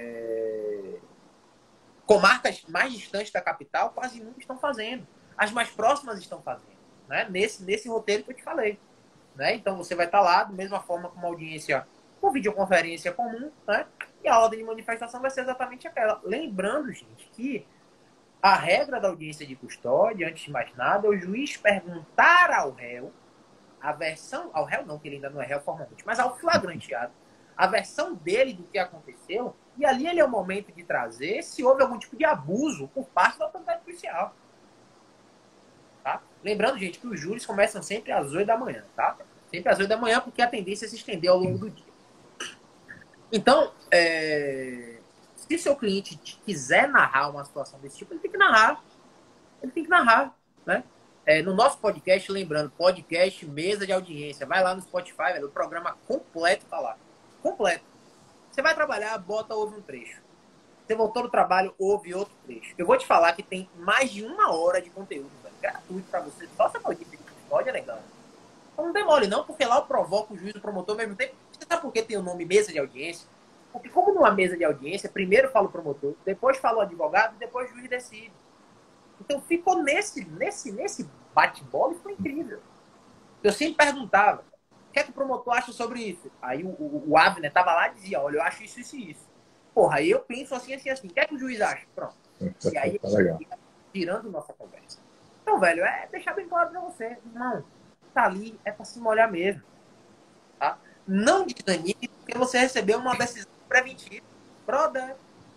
comarcas mais distantes da capital quase nunca estão fazendo. As mais próximas estão fazendo. Né? Nesse roteiro que eu te falei. Né? Então, você vai estar lá, da mesma forma com uma audiência com videoconferência comum, né? E a ordem de manifestação vai ser exatamente aquela. Lembrando, gente, que a regra da audiência de custódia, antes de mais nada, é o juiz perguntar ao réu a versão... Ao réu não, que ele ainda não é réu formalmente, mas ao flagranteado, a versão dele do que aconteceu, e ali ele é o momento de trazer se houve algum tipo de abuso por parte da autoridade policial. Tá? Lembrando, gente, que os júris começam sempre às 8 da manhã, tá? Sempre às 8 da manhã, porque a tendência é se estender ao longo do dia. Então, se seu cliente quiser narrar uma situação desse tipo, ele tem que narrar. Ele tem que narrar, né? No nosso podcast, lembrando, podcast Mesa de Audiência. Vai lá no Spotify, velho, o programa completo tá lá. Completo. Você vai trabalhar, ouve um trecho. Você voltou do trabalho, ouve outro trecho. Eu vou te falar que tem mais de 1 hora de conteúdo, velho, gratuito pra você. Só você pode ir, pode legal. Então não demore não, porque lá eu provoco o juiz e o promotor ao mesmo tempo. Você sabe por que tem o nome mesa de audiência? Porque como numa mesa de audiência, primeiro fala o promotor, depois fala o advogado e depois o juiz decide. Então ficou nesse bate-bola e foi incrível. Eu sempre perguntava, o que é que o promotor acha sobre isso? Aí o Abner tava lá e dizia, olha, eu acho isso, isso e isso. Porra, aí eu penso assim. O que é que o juiz acha? Pronto. E aí Tá legal. tirando nossa conversa. Então, velho, deixar bem claro pra você, irmão, tá ali, é pra se molhar mesmo. Tá? Não desanime porque você recebeu uma decisão preventiva. Brother.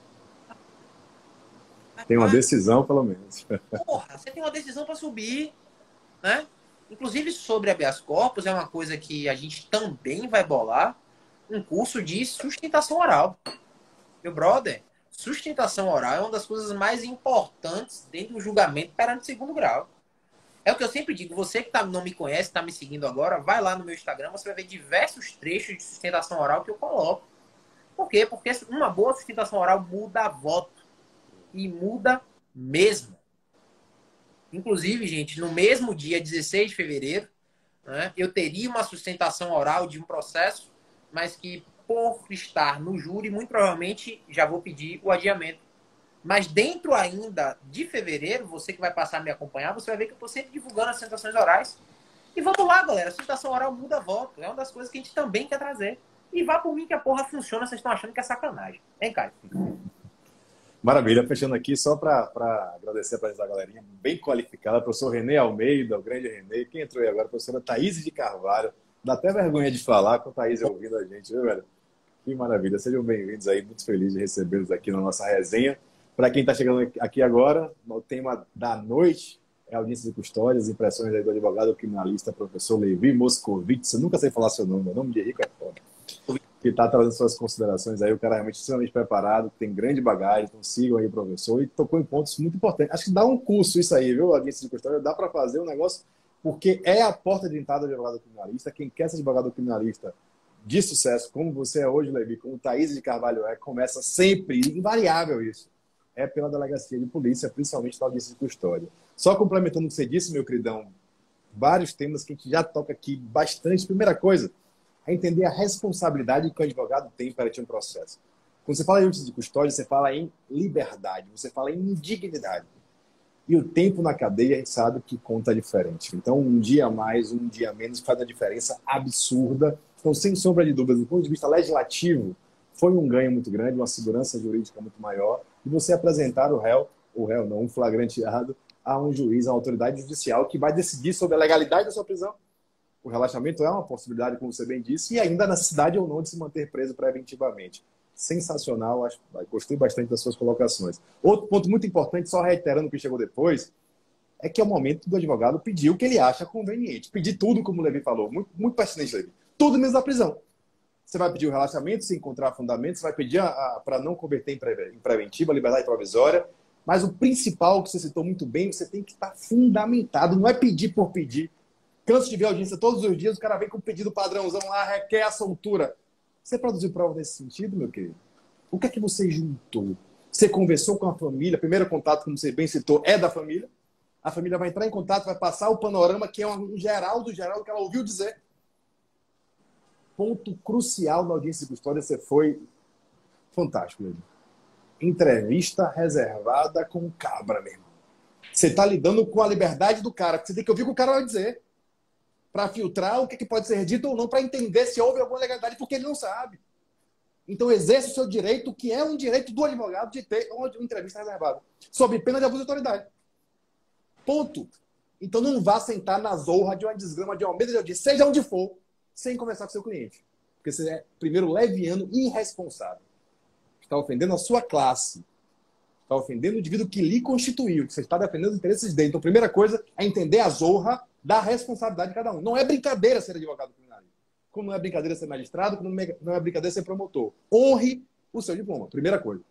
Tem uma decisão, pelo menos. Porra, você tem uma decisão para subir, né? Inclusive, sobre habeas corpus, é uma coisa que a gente também vai bolar um curso de sustentação oral. Meu brother, sustentação oral é uma das coisas mais importantes dentro do julgamento perante segundo grau. É o que eu sempre digo, você que não me conhece, está me seguindo agora, vai lá no meu Instagram, você vai ver diversos trechos de sustentação oral que eu coloco. Por quê? Porque uma boa sustentação oral muda voto. E muda mesmo. Inclusive, gente, no mesmo dia 16 de fevereiro, né, eu teria uma sustentação oral de um processo, mas que, por estar no júri, muito provavelmente já vou pedir o adiamento. Mas dentro ainda de fevereiro, você que vai passar a me acompanhar, você vai ver que eu estou sempre divulgando as sustentações orais. E vamos lá, galera. A sustentação oral muda voto. É uma das coisas que a gente também quer trazer. E vá por mim que a porra funciona, vocês estão achando que é sacanagem. Hein, Caio? Maravilha, fechando aqui, só para agradecer a presença da galerinha, bem qualificada, professor Renê Almeida, o grande Renê, quem entrou aí agora, a professora Thaís de Carvalho, dá até vergonha de falar com a Thaís ouvindo a gente, viu, velho? Que maravilha, sejam bem-vindos aí, muito feliz de recebê-los aqui na nossa resenha. Para quem está chegando aqui agora, no tema da noite é a audiência de custódia, as impressões aí do advogado criminalista, professor Levi Moscovitz. Eu nunca sei falar seu nome, meu nome de rico é foda. Que está trazendo suas considerações aí, o cara é realmente extremamente preparado, tem grande bagagem, então sigam aí o professor, e tocou em pontos muito importantes. Acho que dá um curso isso aí, viu, audiência de custódia, dá para fazer um negócio, porque é a porta de entrada do advogado criminalista. Quem quer ser advogado criminalista de sucesso, como você é hoje, Levi, como Thaís de Carvalho começa sempre, invariável isso, é pela delegacia de polícia, principalmente na audiência de custódia. Só complementando o que você disse, meu queridão, vários temas que a gente já toca aqui bastante. Primeira coisa, é entender a responsabilidade que o advogado tem perante um processo. Quando você fala em audiência de custódia, você fala em liberdade, você fala em indignidade. E o tempo na cadeia, a gente sabe que conta diferente. Então, um dia a mais, um dia a menos, faz uma diferença absurda. Então, sem sombra de dúvidas, do ponto de vista legislativo, foi um ganho muito grande, uma segurança jurídica muito maior. E você apresentar o réu não, um flagranteado, a um juiz, a uma autoridade judicial que vai decidir sobre a legalidade da sua prisão. O relaxamento é uma possibilidade, como você bem disse, e ainda a necessidade ou não de se manter preso preventivamente. Sensacional, gostei bastante das suas colocações. Outro ponto muito importante, só reiterando o que chegou depois, é que é o momento do advogado pedir o que ele acha conveniente. Pedir tudo, como o Levi falou, muito, muito pertinente, Levi. Tudo menos a prisão. Você vai pedir o relaxamento, se encontrar fundamentos, você vai pedir para não converter em preventiva, liberdade provisória, mas o principal, que você citou muito bem, você tem que estar fundamentado, não é pedir por pedir. Canso de ver audiência todos os dias, o cara vem com um pedido padrãozão lá, requer a soltura. Você produziu prova nesse sentido, meu querido? O que é que você juntou? Você conversou com a família? Primeiro contato, como você bem citou, é da família. A família vai entrar em contato, vai passar o panorama, que é um geral do geral que ela ouviu dizer. Ponto crucial na audiência de custódia, você foi fantástico, meu irmão. Entrevista reservada com o cabra, meu irmão. Você está lidando com a liberdade do cara, porque você tem que ouvir o que o cara vai dizer, para filtrar o que pode ser dito ou não, para entender se houve alguma legalidade, porque ele não sabe. Então, exerça o seu direito, que é um direito do advogado de ter uma entrevista reservada, sob pena de abuso de autoridade. Ponto. Então, não vá sentar na zorra de uma desgrama, de uma mesa de audiência, seja onde for, sem conversar com seu cliente. Porque você é, primeiro, leviano e irresponsável. Está ofendendo a sua classe. Está ofendendo o indivíduo que lhe constituiu, que você está defendendo os interesses dele. Então, a primeira coisa é entender a zorra da responsabilidade de cada um. Não é brincadeira ser advogado criminalista. Como não é brincadeira ser magistrado, como não é brincadeira ser promotor. Honre o seu diploma. Primeira coisa.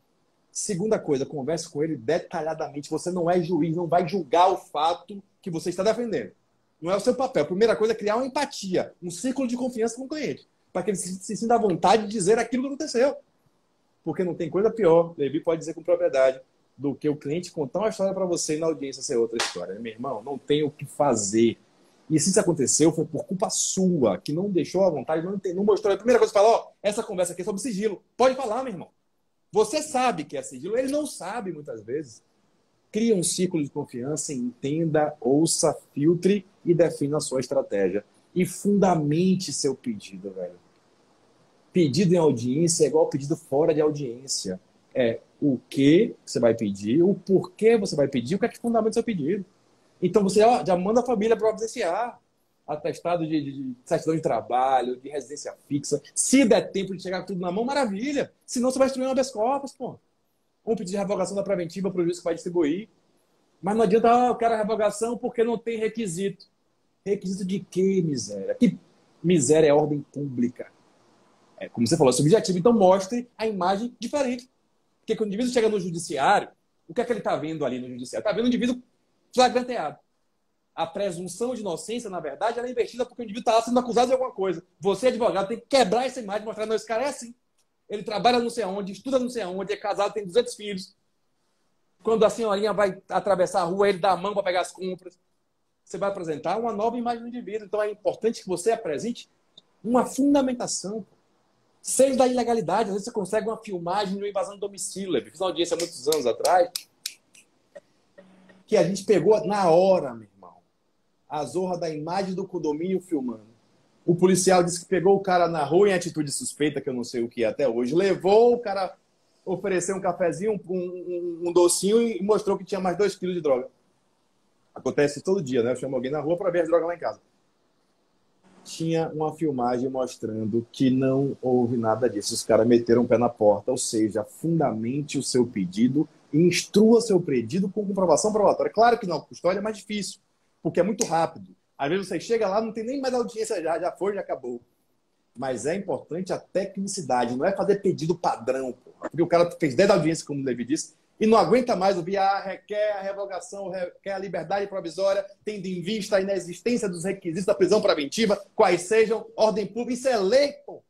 Segunda coisa, converse com ele detalhadamente. Você não é juiz, não vai julgar o fato que você está defendendo. Não é o seu papel. Primeira coisa é criar uma empatia, um círculo de confiança com o cliente, para que ele se sinta à vontade de dizer aquilo que aconteceu. Porque não tem coisa pior, Levi pode dizer com propriedade, do que o cliente contar uma história para você e na audiência ser outra história. Meu irmão, não tem o que fazer. E se isso aconteceu, foi por culpa sua, que não deixou à vontade, não mostrou. A primeira coisa que você fala, essa conversa aqui é sobre sigilo. Pode falar, meu irmão. Você sabe que é sigilo, ele não sabe muitas vezes. Cria um ciclo de confiança, entenda, ouça, filtre e defina a sua estratégia. E fundamente seu pedido, velho. Pedido em audiência é igual pedido fora de audiência. É o que você vai pedir, o porquê você vai pedir, o que é que fundamenta o seu pedido. Então você já manda a família providenciar atestado de certidão de trabalho, de residência fixa. Se der tempo de chegar tudo na mão, maravilha. Senão você vai destruir um habeas corpus, pô. Ou pedir revogação da preventiva para o juiz que vai distribuir. Mas não adianta, eu quero a revogação porque não tem requisito. Requisito de quê, miséria? Que miséria é ordem pública. É, como você falou, é subjetivo. Então mostre a imagem diferente. Porque quando o indivíduo chega no judiciário, o que é que ele está vendo ali no judiciário? Está vendo um indivíduo flagranteado. A presunção de inocência, na verdade, ela é investida porque o indivíduo está sendo acusado de alguma coisa. Você, advogado, tem que quebrar essa imagem e mostrar, não, esse cara é assim. Ele trabalha não sei aonde, estuda não sei aonde, é casado, tem 200 filhos. Quando a senhorinha vai atravessar a rua, ele dá a mão para pegar as compras. Você vai apresentar uma nova imagem do indivíduo. Então é importante que você apresente uma fundamentação. Seja da ilegalidade, às vezes você consegue uma filmagem de uma invasão de domicílio. Eu fiz uma audiência há muitos anos atrás, que a gente pegou na hora, meu irmão, a zorra da imagem do condomínio filmando. O policial disse que pegou o cara na rua em atitude suspeita, que eu não sei o que é até hoje, levou o cara, ofereceu um cafezinho, um docinho e mostrou que tinha mais 2 quilos de droga. Acontece todo dia, né? Eu chamo alguém na rua para ver as drogas lá em casa. Tinha uma filmagem mostrando que não houve nada disso. Os caras meteram o pé na porta, ou seja, fundamente o seu pedido Instrua seu pedido com comprovação probatória. Claro que na custódia é mais difícil, porque é muito rápido. Às vezes você chega lá, não tem nem mais audiência, já foi, já acabou. Mas é importante a tecnicidade, não é fazer pedido padrão, porra. Porque o cara fez 10 audiências, como o Levi disse, e não aguenta mais ouvir, requer a revogação, requer a liberdade provisória, tendo em vista a inexistência dos requisitos da prisão preventiva, quais sejam, ordem pública. Isso é lei, pô.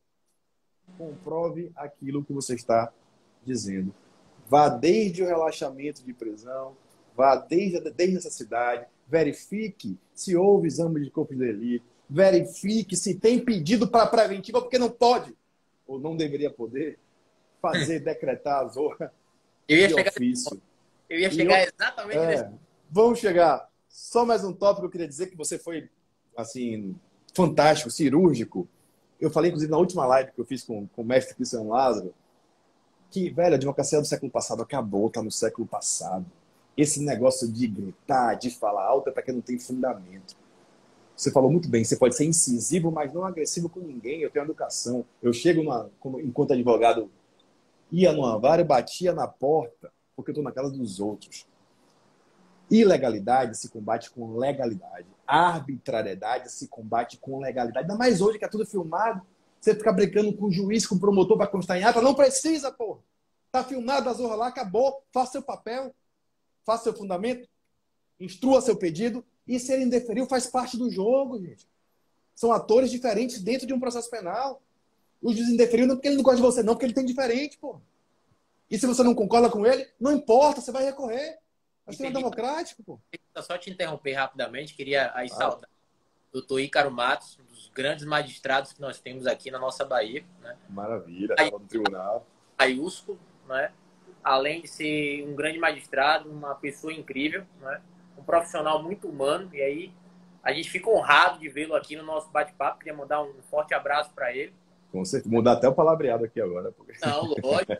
Comprove aquilo que você está dizendo. Vá desde o relaxamento de prisão, vá desde a necessidade, verifique se houve exame de corpo de delito, verifique se tem pedido para preventiva, porque não pode, ou não deveria poder, fazer, decretar a zorra de ofício. Eu ia chegar exatamente nesse... Vamos chegar. Só mais um tópico, eu queria dizer que você foi, assim, fantástico, cirúrgico. Eu falei, inclusive, na última live que eu fiz com o mestre Cristiano Lázaro, que, velho, a advocacia do século passado acabou, tá no século passado. Esse negócio de gritar, de falar alto é para quem não tem fundamento. Você falou muito bem, você pode ser incisivo, mas não agressivo com ninguém. Eu tenho educação. Eu chego, enquanto advogado, ia numa vara e batia na porta, porque eu estou na casa dos outros. Ilegalidade se combate com legalidade. Arbitrariedade se combate com legalidade. Ainda mais hoje que é tudo filmado. Você ficar brincando com o juiz, com o promotor para constar em ata. Não precisa, porra. Tá filmado a zorra lá, acabou. Faça seu papel, faça seu fundamento, instrua seu pedido. E se ele indeferiu, faz parte do jogo, gente. São atores diferentes dentro de um processo penal. O juiz indeferiu não porque ele não gosta de você, não, porque ele tem diferente, pô. E se você não concorda com ele, não importa, você vai recorrer. Nós temos democrático, pô. Só te interromper rapidamente, queria aí saudar o doutor Ícaro Matos, um dos grandes magistrados que nós temos aqui na nossa Bahia. Né? Maravilha, estava no tribunal. Aiusco, né? Além de ser um grande magistrado, uma pessoa incrível, né? Um profissional muito humano, e aí a gente fica honrado de vê-lo aqui no nosso bate-papo. Queria mandar um forte abraço para ele. Com certeza. Mudar até o palavreado aqui agora. Porque... Não, lógico.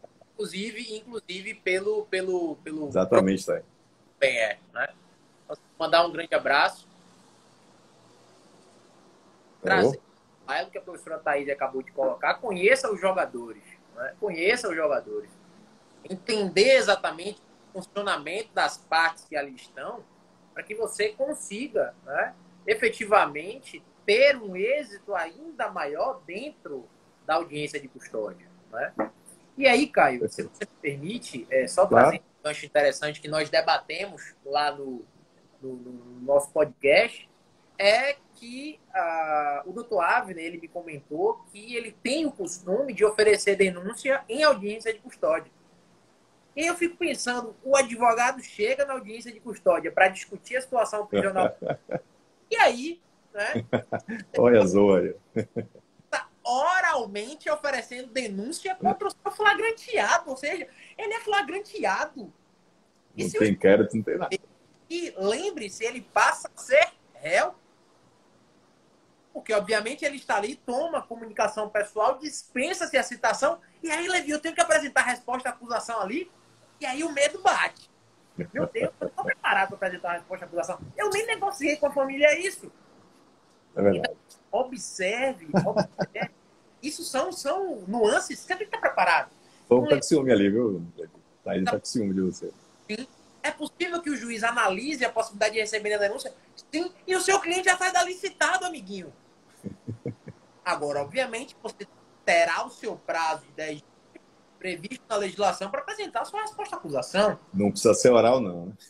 Inclusive pelo exatamente, tá aí. Bem, né? Mandar um grande abraço. Trazer o que a professora Thaís acabou de colocar. Conheça os jogadores. Né? Conheça os jogadores. Entender exatamente o funcionamento das partes que ali estão, para que você consiga, né, efetivamente ter um êxito ainda maior dentro da audiência de custódia. Né? E aí, Caio, se você me permite, só trazer um gancho interessante que nós debatemos lá no nosso podcast, é que o doutor Avner, ele me comentou que ele tem o costume de oferecer denúncia em audiência de custódia. E eu fico pensando, o advogado chega na audiência de custódia para discutir a situação prisional. E aí, né? Olha a Zóia. Tá oralmente oferecendo denúncia contra o seu flagranteado. Ou seja, ele é flagranteado. Não tem inquérito, não tem nada. E lembre-se, ele passa a ser réu. Porque, obviamente, ele está ali, toma a comunicação pessoal, dispensa-se a citação, e aí, Levi, eu tenho que apresentar a resposta à acusação ali, e aí o medo bate. Meu Deus, eu não estou preparado para apresentar a resposta à acusação. Eu nem negociei com a família isso. É verdade. Então, observe. Isso são nuances que você tem que estar preparado. O povo tá com ciúme ali, viu? Ele tá com ciúme de você. Sim. É possível que o juiz analise a possibilidade de receber a denúncia? Sim. E o seu cliente já sai dali citado, amiguinho. Agora, obviamente, você terá o seu prazo de 10 dias previsto na legislação para apresentar a sua resposta à acusação. Não precisa ser oral, não. Né?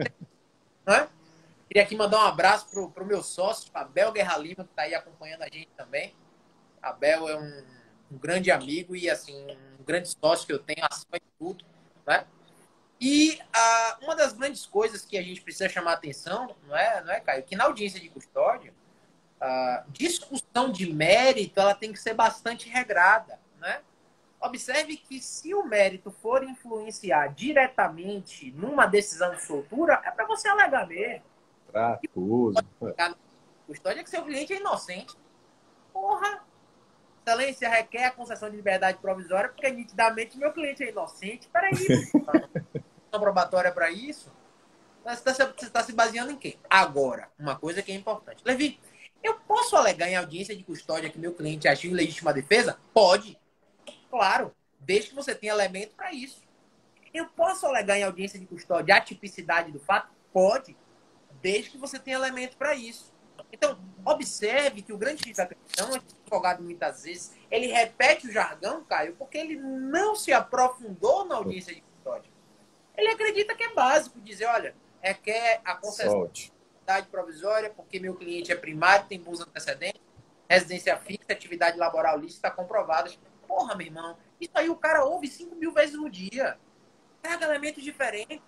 Queria aqui mandar um abraço pro meu sócio, Abel Guerra Lima, que está aí acompanhando a gente também. Abel é um grande amigo e, assim, um grande sócio que eu tenho acima de tudo, né? E uma das grandes coisas que a gente precisa chamar a atenção, não é, Caio? Que na audiência de custódia, a discussão de mérito ela tem que ser bastante regrada, né? Observe que se o mérito for influenciar diretamente numa decisão de soltura, é para você alegar mesmo. Tratoso. Custódia é que seu cliente é inocente. Porra! Excelência requer a concessão de liberdade provisória porque nitidamente meu cliente é inocente. Peraí, a probatória para isso? Você está se baseando em quê? Agora, uma coisa que é importante. Levi, eu posso alegar em audiência de custódia que meu cliente agiu em legítima defesa? Pode. Claro. Desde que você tenha elemento para isso. Eu posso alegar em audiência de custódia a tipicidade do fato? Pode, desde que você tenha elemento para isso. Então, observe que o grande X da questão é que o advogado, muitas vezes, ele repete o jargão, Caio, porque ele não se aprofundou na audiência de custódia. Ele acredita que é básico dizer, olha, requer a concessão de atividade provisória porque meu cliente é primário, tem bons antecedentes, residência fixa, atividade laboral lícita comprovada. Porra, meu irmão, isso aí o cara ouve 5.000 vezes no dia. Traga elementos diferentes.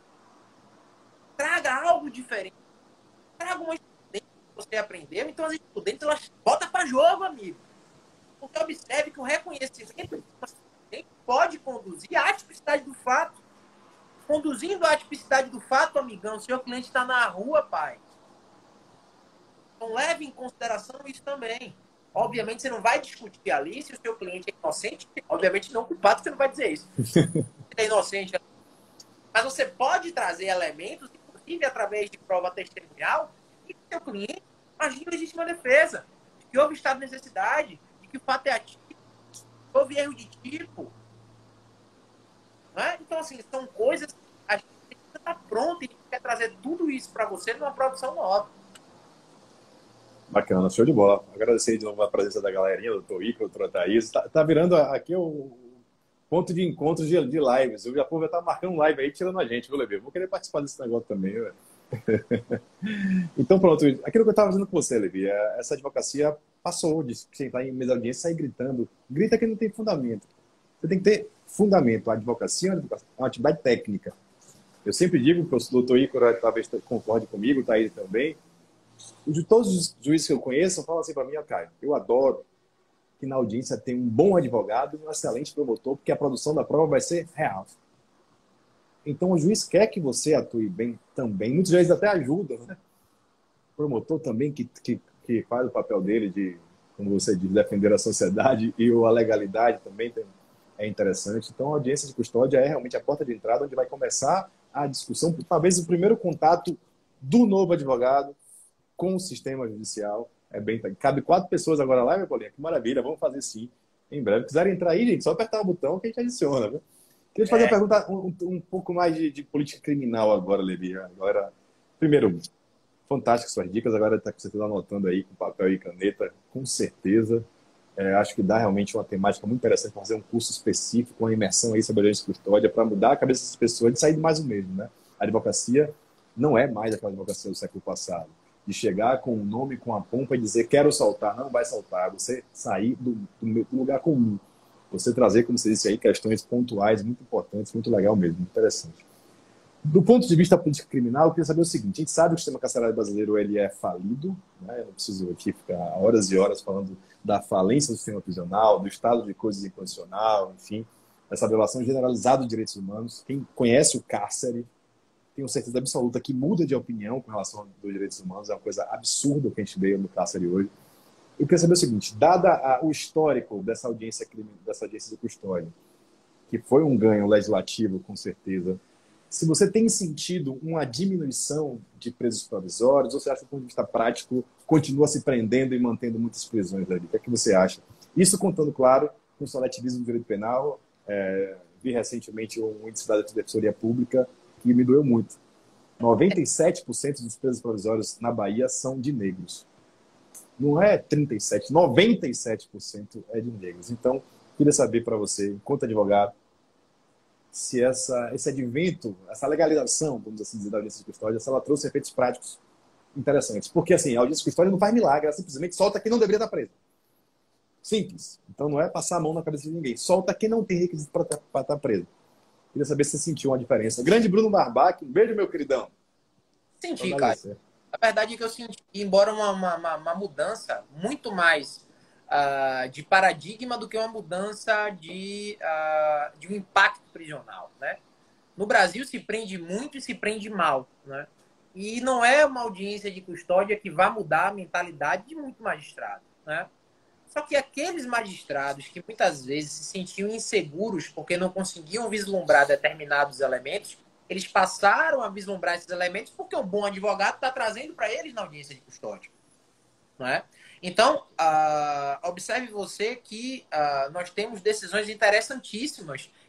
Traga algo diferente. Traga uma estudante que você aprendeu. Então, as estudantes, elas botam para jogo, amigo. Porque observe que o reconhecimento pode conduzir à tipicidade do fato. Conduzindo à tipicidade do fato, amigão, o seu cliente está na rua, pai. Então, leve em consideração isso também. Obviamente, você não vai discutir ali se o seu cliente é inocente. Obviamente, não culpado, você não vai dizer isso. Ele é inocente. Mas você pode trazer elementos, inclusive através de prova testemunhal, que o seu cliente agiu em legítima defesa, de que houve estado de necessidade, de que o fato é ativo, que houve erro de tipo. Não é? Então, assim, são coisas que a gente precisa estar pronto e a gente quer trazer tudo isso para você numa produção nova. Bacana, show de bola. Agradecer de novo a presença da galerinha, do doutor Ico, doutora Thaís. Tá virando aqui o ponto de encontro de lives. O Japão já tá marcando live aí, tirando a gente, viu, Levi? Vou querer participar desse negócio também, velho. Então, pronto. Aquilo que eu estava dizendo com você, Levi, essa advocacia passou de sentar em mesa de audiência e sair gritando. Grita que não tem fundamento. Você tem que ter fundamento. A advocacia é uma atividade técnica. Eu sempre digo, que o doutor Ico talvez concorde comigo, tá aí também. De todos os juízes que eu conheço, falam assim para mim, Caio, eu adoro que na audiência tem um bom advogado e um excelente promotor, porque a produção da prova vai ser real. Então, o juiz quer que você atue bem também. Muitos juízes até ajudam, né? O promotor também, que faz o papel dele de, como você diz, defender a sociedade e a legalidade também é interessante. Então, a audiência de custódia é realmente a porta de entrada onde vai começar a discussão, talvez o primeiro contato do novo advogado com o sistema judicial. Cabe 4 pessoas agora lá, meu colega. Que maravilha, vamos fazer sim. Em breve. Se quiserem entrar aí, gente, só apertar o botão que a gente adiciona, viu? Queria te fazer uma pergunta um pouco mais de política criminal agora, Levi. Agora, primeiro, fantástico suas dicas. Agora você está anotando aí com papel e caneta, com certeza. Acho que dá realmente uma temática muito interessante para fazer um curso específico, uma imersão aí sobre a audiência de custódia, para mudar a cabeça das pessoas de sair do mais o mesmo, né? A advocacia não é mais aquela advocacia do século passado, de chegar com o nome, com a pompa e dizer quero saltar. Não vai saltar. Você sair do lugar comum. Você trazer, como você disse aí, questões pontuais muito importantes, muito legal mesmo, muito interessante. Do ponto de vista político criminal, eu queria saber o seguinte: a gente sabe que o sistema carcerário brasileiro ele é falido, né? Eu não preciso aqui ficar horas e horas falando da falência do sistema prisional, do estado de coisas incondicional, enfim, essa violação generalizada dos direitos humanos. Quem conhece o cárcere, tenho certeza absoluta que muda de opinião com relação aos direitos humanos. É uma coisa absurda o que a gente vê no cárcere hoje. Eu queria saber o seguinte: dada o histórico dessa audiência de custódia, que foi um ganho legislativo, com certeza, se você tem sentido uma diminuição de presos provisórios, ou você acha que, do ponto de vista prático, continua se prendendo e mantendo muitas prisões ali? O que é que você acha? Isso contando, claro, com o seletivismo do direito penal. Vi recentemente um índice da Defensoria Pública que me doeu muito. 97% dos presos provisórios na Bahia são de negros. Não é 37%, 97% é de negros. Então, queria saber para você, enquanto advogado, se esse advento, essa legalização, vamos assim dizer, da audiência de custódia, se ela trouxe efeitos práticos interessantes. Porque, assim, a audiência de custódia não faz milagre, ela simplesmente solta quem não deveria estar preso. Simples. Então, não é passar a mão na cabeça de ninguém. Solta quem não tem requisito para estar preso. Queria saber se você sentiu uma diferença. Grande Bruno Barbac, um beijo, meu queridão. Senti, cara. A verdade é que eu senti, embora uma mudança muito mais de paradigma do que uma mudança de um impacto prisional, né? No Brasil se prende muito e se prende mal, né? E não é uma audiência de custódia que vai mudar a mentalidade de muito magistrado, né? Só que aqueles magistrados que muitas vezes se sentiam inseguros porque não conseguiam vislumbrar determinados elementos, eles passaram a vislumbrar esses elementos porque um bom advogado está trazendo para eles na audiência de custódia. Não é? Então, observe você que nós temos decisões interessantíssimas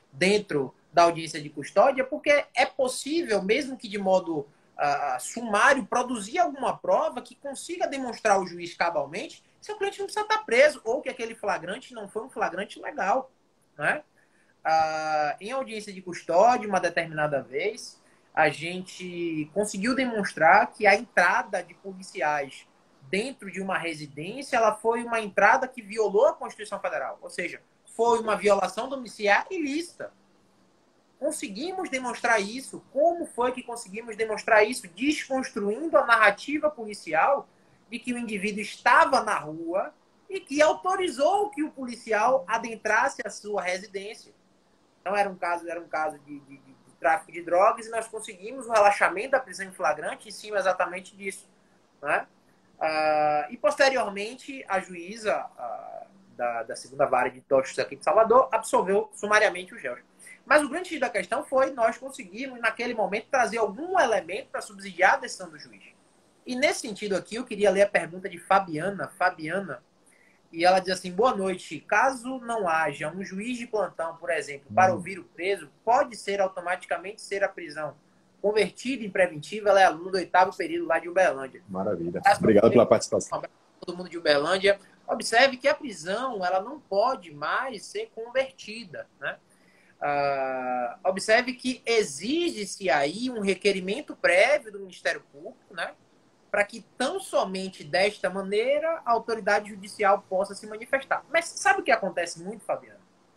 dentro da audiência de custódia, porque é possível, mesmo que de modo sumário, produzir alguma prova que consiga demonstrar ao juiz cabalmente que seu cliente não precisa estar preso, ou que aquele flagrante não foi um flagrante legal. Né? Em audiência de custódia, uma determinada vez, a gente conseguiu demonstrar que a entrada de policiais dentro de uma residência, ela foi uma entrada que violou a Constituição Federal. Ou seja, foi uma violação domiciliar ilícita. Conseguimos demonstrar isso. Como foi que conseguimos demonstrar isso? Desconstruindo a narrativa policial de que o indivíduo estava na rua e que autorizou que o policial adentrasse a sua residência. Então, era um caso de tráfico de drogas e nós conseguimos o relaxamento da prisão em flagrante em cima exatamente disso. Né? E, posteriormente, a juíza da segunda vara de Tóxicos aqui de Salvador absolveu sumariamente o réus. Mas o grande X da questão foi nós conseguirmos, naquele momento, trazer algum elemento para subsidiar a decisão do juiz. E, nesse sentido aqui, eu queria ler a pergunta de Fabiana, e ela diz assim: boa noite. Caso não haja um juiz de plantão, por exemplo, para ouvir o preso, pode ser automaticamente ser a prisão convertida em preventiva? Ela é aluna do 8º período lá de Uberlândia. Maravilha. Obrigado pela participação. Um abraço para todo mundo de Uberlândia. Observe que a prisão ela não pode mais ser convertida. Né? Observe que exige-se aí um requerimento prévio do Ministério Público, né? Para que tão somente desta maneira a autoridade judicial possa se manifestar. Mas sabe o que acontece muito, Fabiano?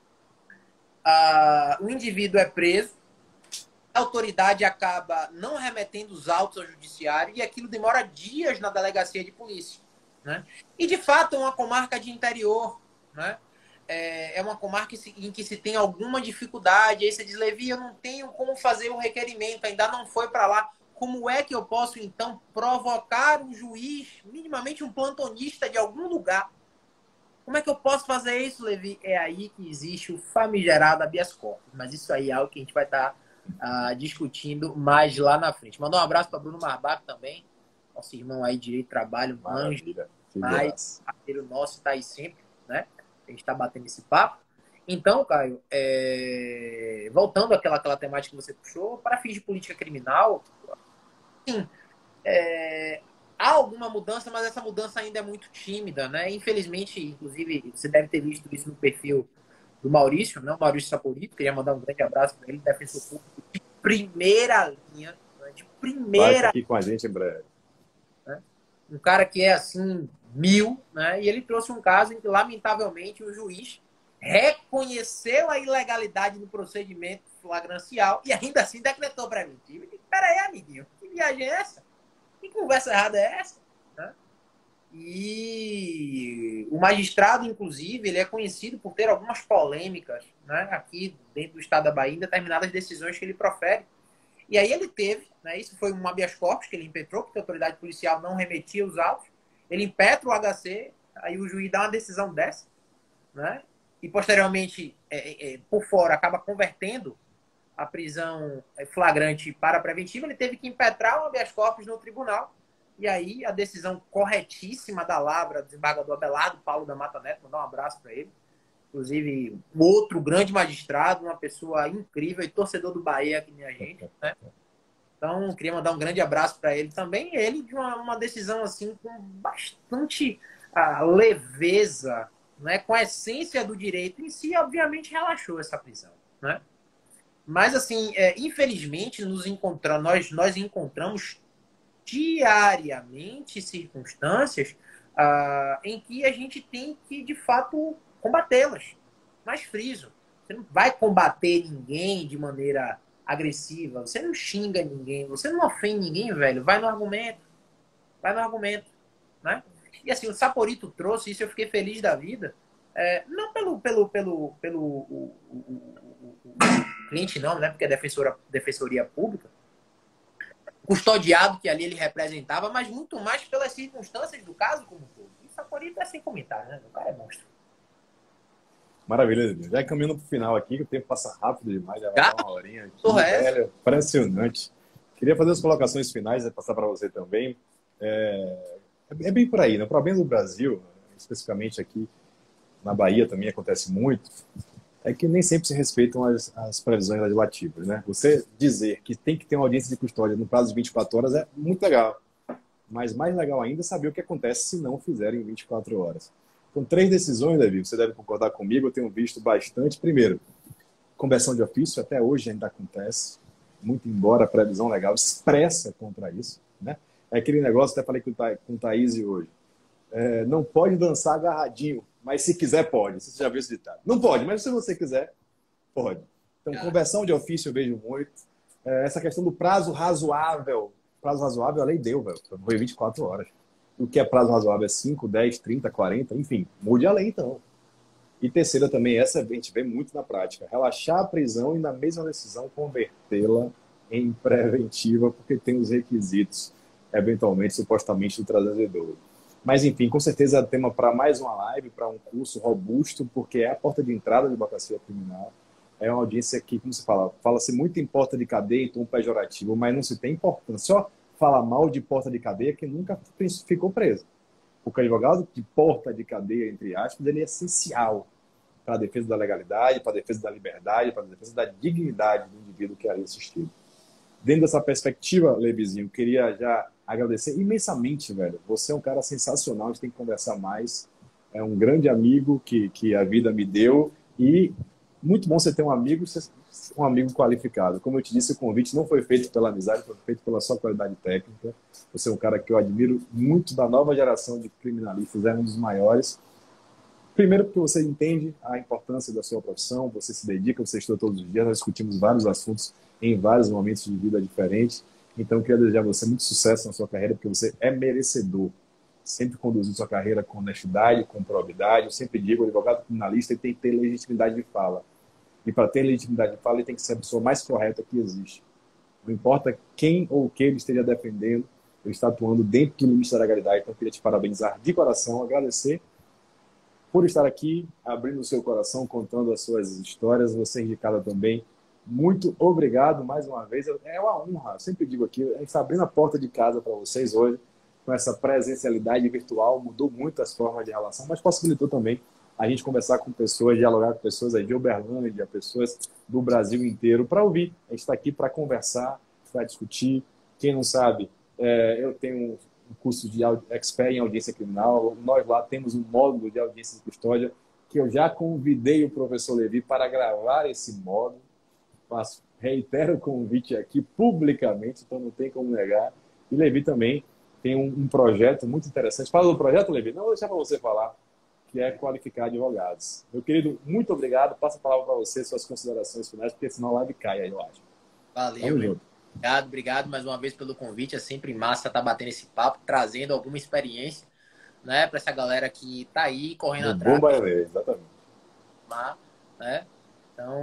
O indivíduo é preso, a autoridade acaba não remetendo os autos ao judiciário e aquilo demora dias na delegacia de polícia. Né? E, de fato, é uma comarca de interior. Né? É uma comarca em que se tem alguma dificuldade. Aí você diz: Levi, eu não tenho como fazer o requerimento, ainda não foi para lá. Como é que eu posso, então, provocar um juiz, minimamente um plantonista de algum lugar? Como é que eu posso fazer isso, Levi? É aí que existe o famigerado habeas corpus. Mas isso aí é algo que a gente vai estar discutindo mais lá na frente. Mandar um abraço para Bruno Marbaco também, nosso irmão aí de direito, trabalho, anjo, mas parceiro nosso está aí sempre, né? A gente está batendo esse papo. Então, Caio, voltando àquela temática que você puxou, para fins de política criminal, sim, há alguma mudança, mas essa mudança ainda é muito tímida, né? Infelizmente, inclusive, você deve ter visto isso no perfil do Maurício, né? O Maurício Saporito, queria mandar um grande abraço para ele, defensor público de primeira linha, né? De primeira. Vai estar aqui com a gente em breve. Né? Um cara que é assim, 1000, né? E ele trouxe um caso em que, lamentavelmente, o juiz reconheceu a ilegalidade do procedimento flagrancial e ainda assim decretou preventivo. Espera aí, amiguinho, que viagem é essa? Que conversa errada é essa? Né? E o magistrado, inclusive, ele é conhecido por ter algumas polêmicas, né, aqui dentro do estado da Bahia, em determinadas decisões que ele profere. E aí ele teve, né, isso foi um habeas corpus que ele impetrou, porque a autoridade policial não remetia os autos. Ele impetra o HC, aí o juiz dá uma decisão dessa, né, e posteriormente, por fora, acaba convertendo a prisão flagrante para preventiva. Ele teve que impetrar o habeas corpus no tribunal. E aí a decisão corretíssima da Lavra, desembargador Abelardo Paulo da Mata Neto, mandar um abraço para ele. Inclusive, outro grande magistrado, uma pessoa incrível e torcedor do Bahia, que nem a gente. Né? Então, queria mandar um grande abraço para ele também. Ele de uma decisão assim com bastante leveza, né? Com a essência do direito em si, obviamente relaxou essa prisão. Né? Mas, assim, infelizmente, nós encontramos diariamente circunstâncias em que a gente tem que, de fato, combatê-las. Mas friso, você não vai combater ninguém de maneira agressiva, você não xinga ninguém, você não ofende ninguém, velho. Vai no argumento. Né? E assim, o Saporito trouxe isso, eu fiquei feliz da vida. Não pelo cliente não, né? Porque é defensoria pública, custodiado que ali ele representava, mas muito mais pelas circunstâncias do caso como um todo. E Saporito é sem comentário, né? O cara é monstro. Maravilha, já caminhando para o final aqui, que o tempo passa rápido demais, já vai dar uma horinha aqui, velho, impressionante. Queria fazer as colocações finais, passar para você também. É bem por aí, né? O problema do Brasil, especificamente aqui na Bahia também acontece muito, É que nem sempre se respeitam as previsões legislativas, né? Você dizer que tem que ter uma audiência de custódia no prazo de 24 horas é muito legal. Mas mais legal ainda é saber o que acontece se não fizerem em 24 horas. Então, três decisões, Davi, você deve concordar comigo, eu tenho visto bastante. Primeiro, conversão de ofício, até hoje ainda acontece, muito embora a previsão legal expressa contra isso, né? É aquele negócio, até falei com o Thaís hoje, não pode dançar agarradinho, mas se quiser pode. Você já viu esse ditado? Não pode, mas se você quiser, pode. Então, conversão de ofício eu vejo muito. Essa questão do prazo razoável a lei deu, velho. Foi 24 horas. O que é prazo razoável é 5, 10, 30, 40, enfim, mude a lei então. E terceira também, essa a gente vê muito na prática, relaxar a prisão e na mesma decisão convertê-la em preventiva, porque tem os requisitos, eventualmente, supostamente, do 312. Mas, enfim, com certeza é tema para mais uma live, para um curso robusto, porque é a porta de entrada da advocacia criminal. É uma audiência que, como se fala-se muito em porta de cadeia, em tom pejorativo, mas não se tem importância. Só fala mal de porta de cadeia que nunca ficou preso. Porque o advogado de porta de cadeia, entre aspas, ele é essencial para a defesa da legalidade, para a defesa da liberdade, para a defesa da dignidade do indivíduo que é ali assistido. Dentro dessa perspectiva, Levizinho, queria já agradecer imensamente, velho. Você é um cara sensacional, a gente tem que conversar mais. É um grande amigo que a vida me deu e muito bom você ter um amigo qualificado. Como eu te disse, o convite não foi feito pela amizade, foi feito pela sua qualidade técnica. Você é um cara que eu admiro muito da nova geração de criminalistas, é um dos maiores. Primeiro, porque você entende a importância da sua profissão, você se dedica, você estuda todos os dias, nós discutimos vários assuntos em vários momentos de vida diferentes. Então, eu queria desejar a você muito sucesso na sua carreira, porque você é merecedor. Sempre conduziu sua carreira com honestidade, com probidade. Eu sempre digo, o advogado criminalista ele tem que ter legitimidade de fala. E para ter legitimidade de fala, ele tem que ser a pessoa mais correta que existe. Não importa quem ou o que ele esteja defendendo, ele está atuando dentro do limite da legalidade. Então, eu queria te parabenizar de coração, agradecer por estar aqui, abrindo o seu coração, contando as suas histórias. Você indicada também. Muito obrigado mais uma vez. É uma honra, eu sempre digo aqui, a gente está abrindo a porta de casa para vocês hoje, com essa presencialidade virtual, mudou muito as formas de relação, mas possibilitou também a gente conversar com pessoas, dialogar com pessoas aí de Uberlândia, pessoas do Brasil inteiro, para ouvir. A gente está aqui para conversar, para discutir. Quem não sabe, eu tenho um curso de expert em audiência criminal. Nós lá temos um módulo de audiência de custódia que eu já convidei o professor Levi para gravar esse módulo. Reitero o convite aqui publicamente, então não tem como negar. E Levi também tem um projeto muito interessante. Fala do projeto, Levi? Não, vou deixar para você falar, que é qualificar advogados. Meu querido, muito obrigado. Passo a palavra para você, suas considerações finais, porque senão a live cai aí, eu acho. Valeu, meu. Obrigado mais uma vez pelo convite. É sempre massa estar batendo esse papo, trazendo alguma experiência, né, para essa galera que tá aí correndo atrás. Bomba é exatamente. Né? Então,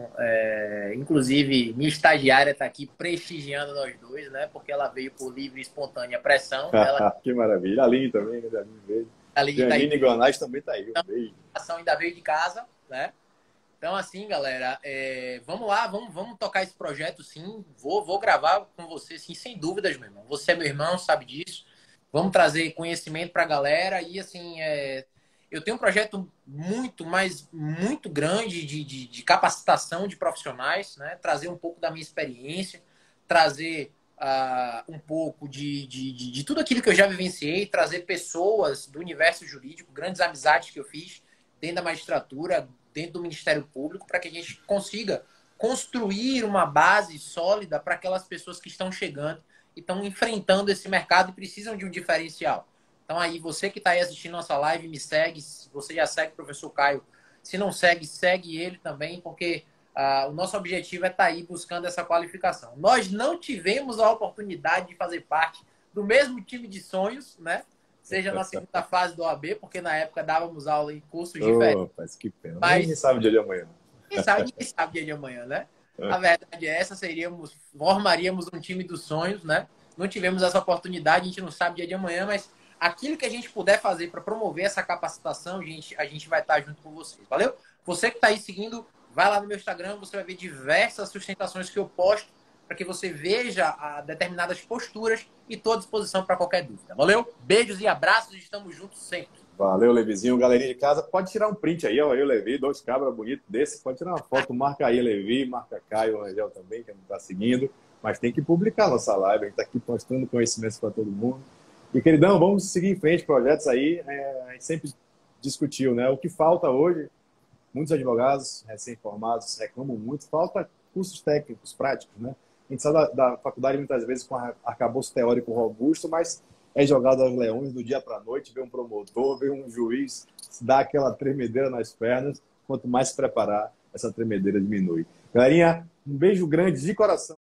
inclusive, minha estagiária está aqui prestigiando nós dois, né? Porque ela veio por livre e espontânea pressão. Ela... Que maravilha. A Aline também, né? A Aline veio. A Aline Guanais também está aí. A ação ainda veio de casa, né? Então, assim, galera, vamos lá, vamos tocar esse projeto, sim. Vou gravar com você, sim, sem dúvidas, meu irmão. Você é meu irmão, sabe disso. Vamos trazer conhecimento para a galera e, assim, eu tenho um projeto muito grande de capacitação de profissionais, né? Trazer um pouco da minha experiência, trazer um pouco de tudo aquilo que eu já vivenciei, trazer pessoas do universo jurídico, grandes amizades que eu fiz dentro da magistratura, dentro do Ministério Público, para que a gente consiga construir uma base sólida para aquelas pessoas que estão chegando e estão enfrentando esse mercado e precisam de um diferencial. Então aí, você que está aí assistindo nossa live, me segue. Se você já segue o professor Caio, se não segue, segue ele também, porque o nosso objetivo é estar aí buscando essa qualificação. Nós não tivemos a oportunidade de fazer parte do mesmo time de sonhos, né? Seja na segunda fase do OAB, porque na época dávamos aula em cursos diferentes. Mas que pena. Mas ninguém sabe o dia de amanhã. Ninguém sabe o dia de amanhã, né? A verdade é essa, formaríamos um time dos sonhos, né? Não tivemos essa oportunidade, a gente não sabe o dia de amanhã, mas aquilo que a gente puder fazer para promover essa capacitação, a gente vai estar junto com vocês, valeu? Você que está aí seguindo, vai lá no meu Instagram, você vai ver diversas sustentações que eu posto para que você veja determinadas posturas e estou à disposição para qualquer dúvida, valeu? Beijos e abraços, estamos juntos sempre. Valeu, Levizinho. Galerinha de casa, pode tirar um print aí, ó. Eu, Levi, dois cabras bonitos desse. Pode tirar uma foto, marca aí, Levi, marca Caio, o Angel também, que não está seguindo. Mas tem que publicar nossa live. A gente está aqui postando conhecimentos para todo mundo. E, queridão, vamos seguir em frente, projetos aí. A gente sempre discutiu, né? O que falta hoje, muitos advogados recém-formados reclamam muito, falta cursos técnicos, práticos, né? A gente sai da faculdade muitas vezes com arcabouço teórico robusto, mas é jogado aos leões do dia para a noite, vê um promotor, vê um juiz, dá aquela tremedeira nas pernas. Quanto mais se preparar, essa tremedeira diminui. Galerinha, um beijo grande de coração.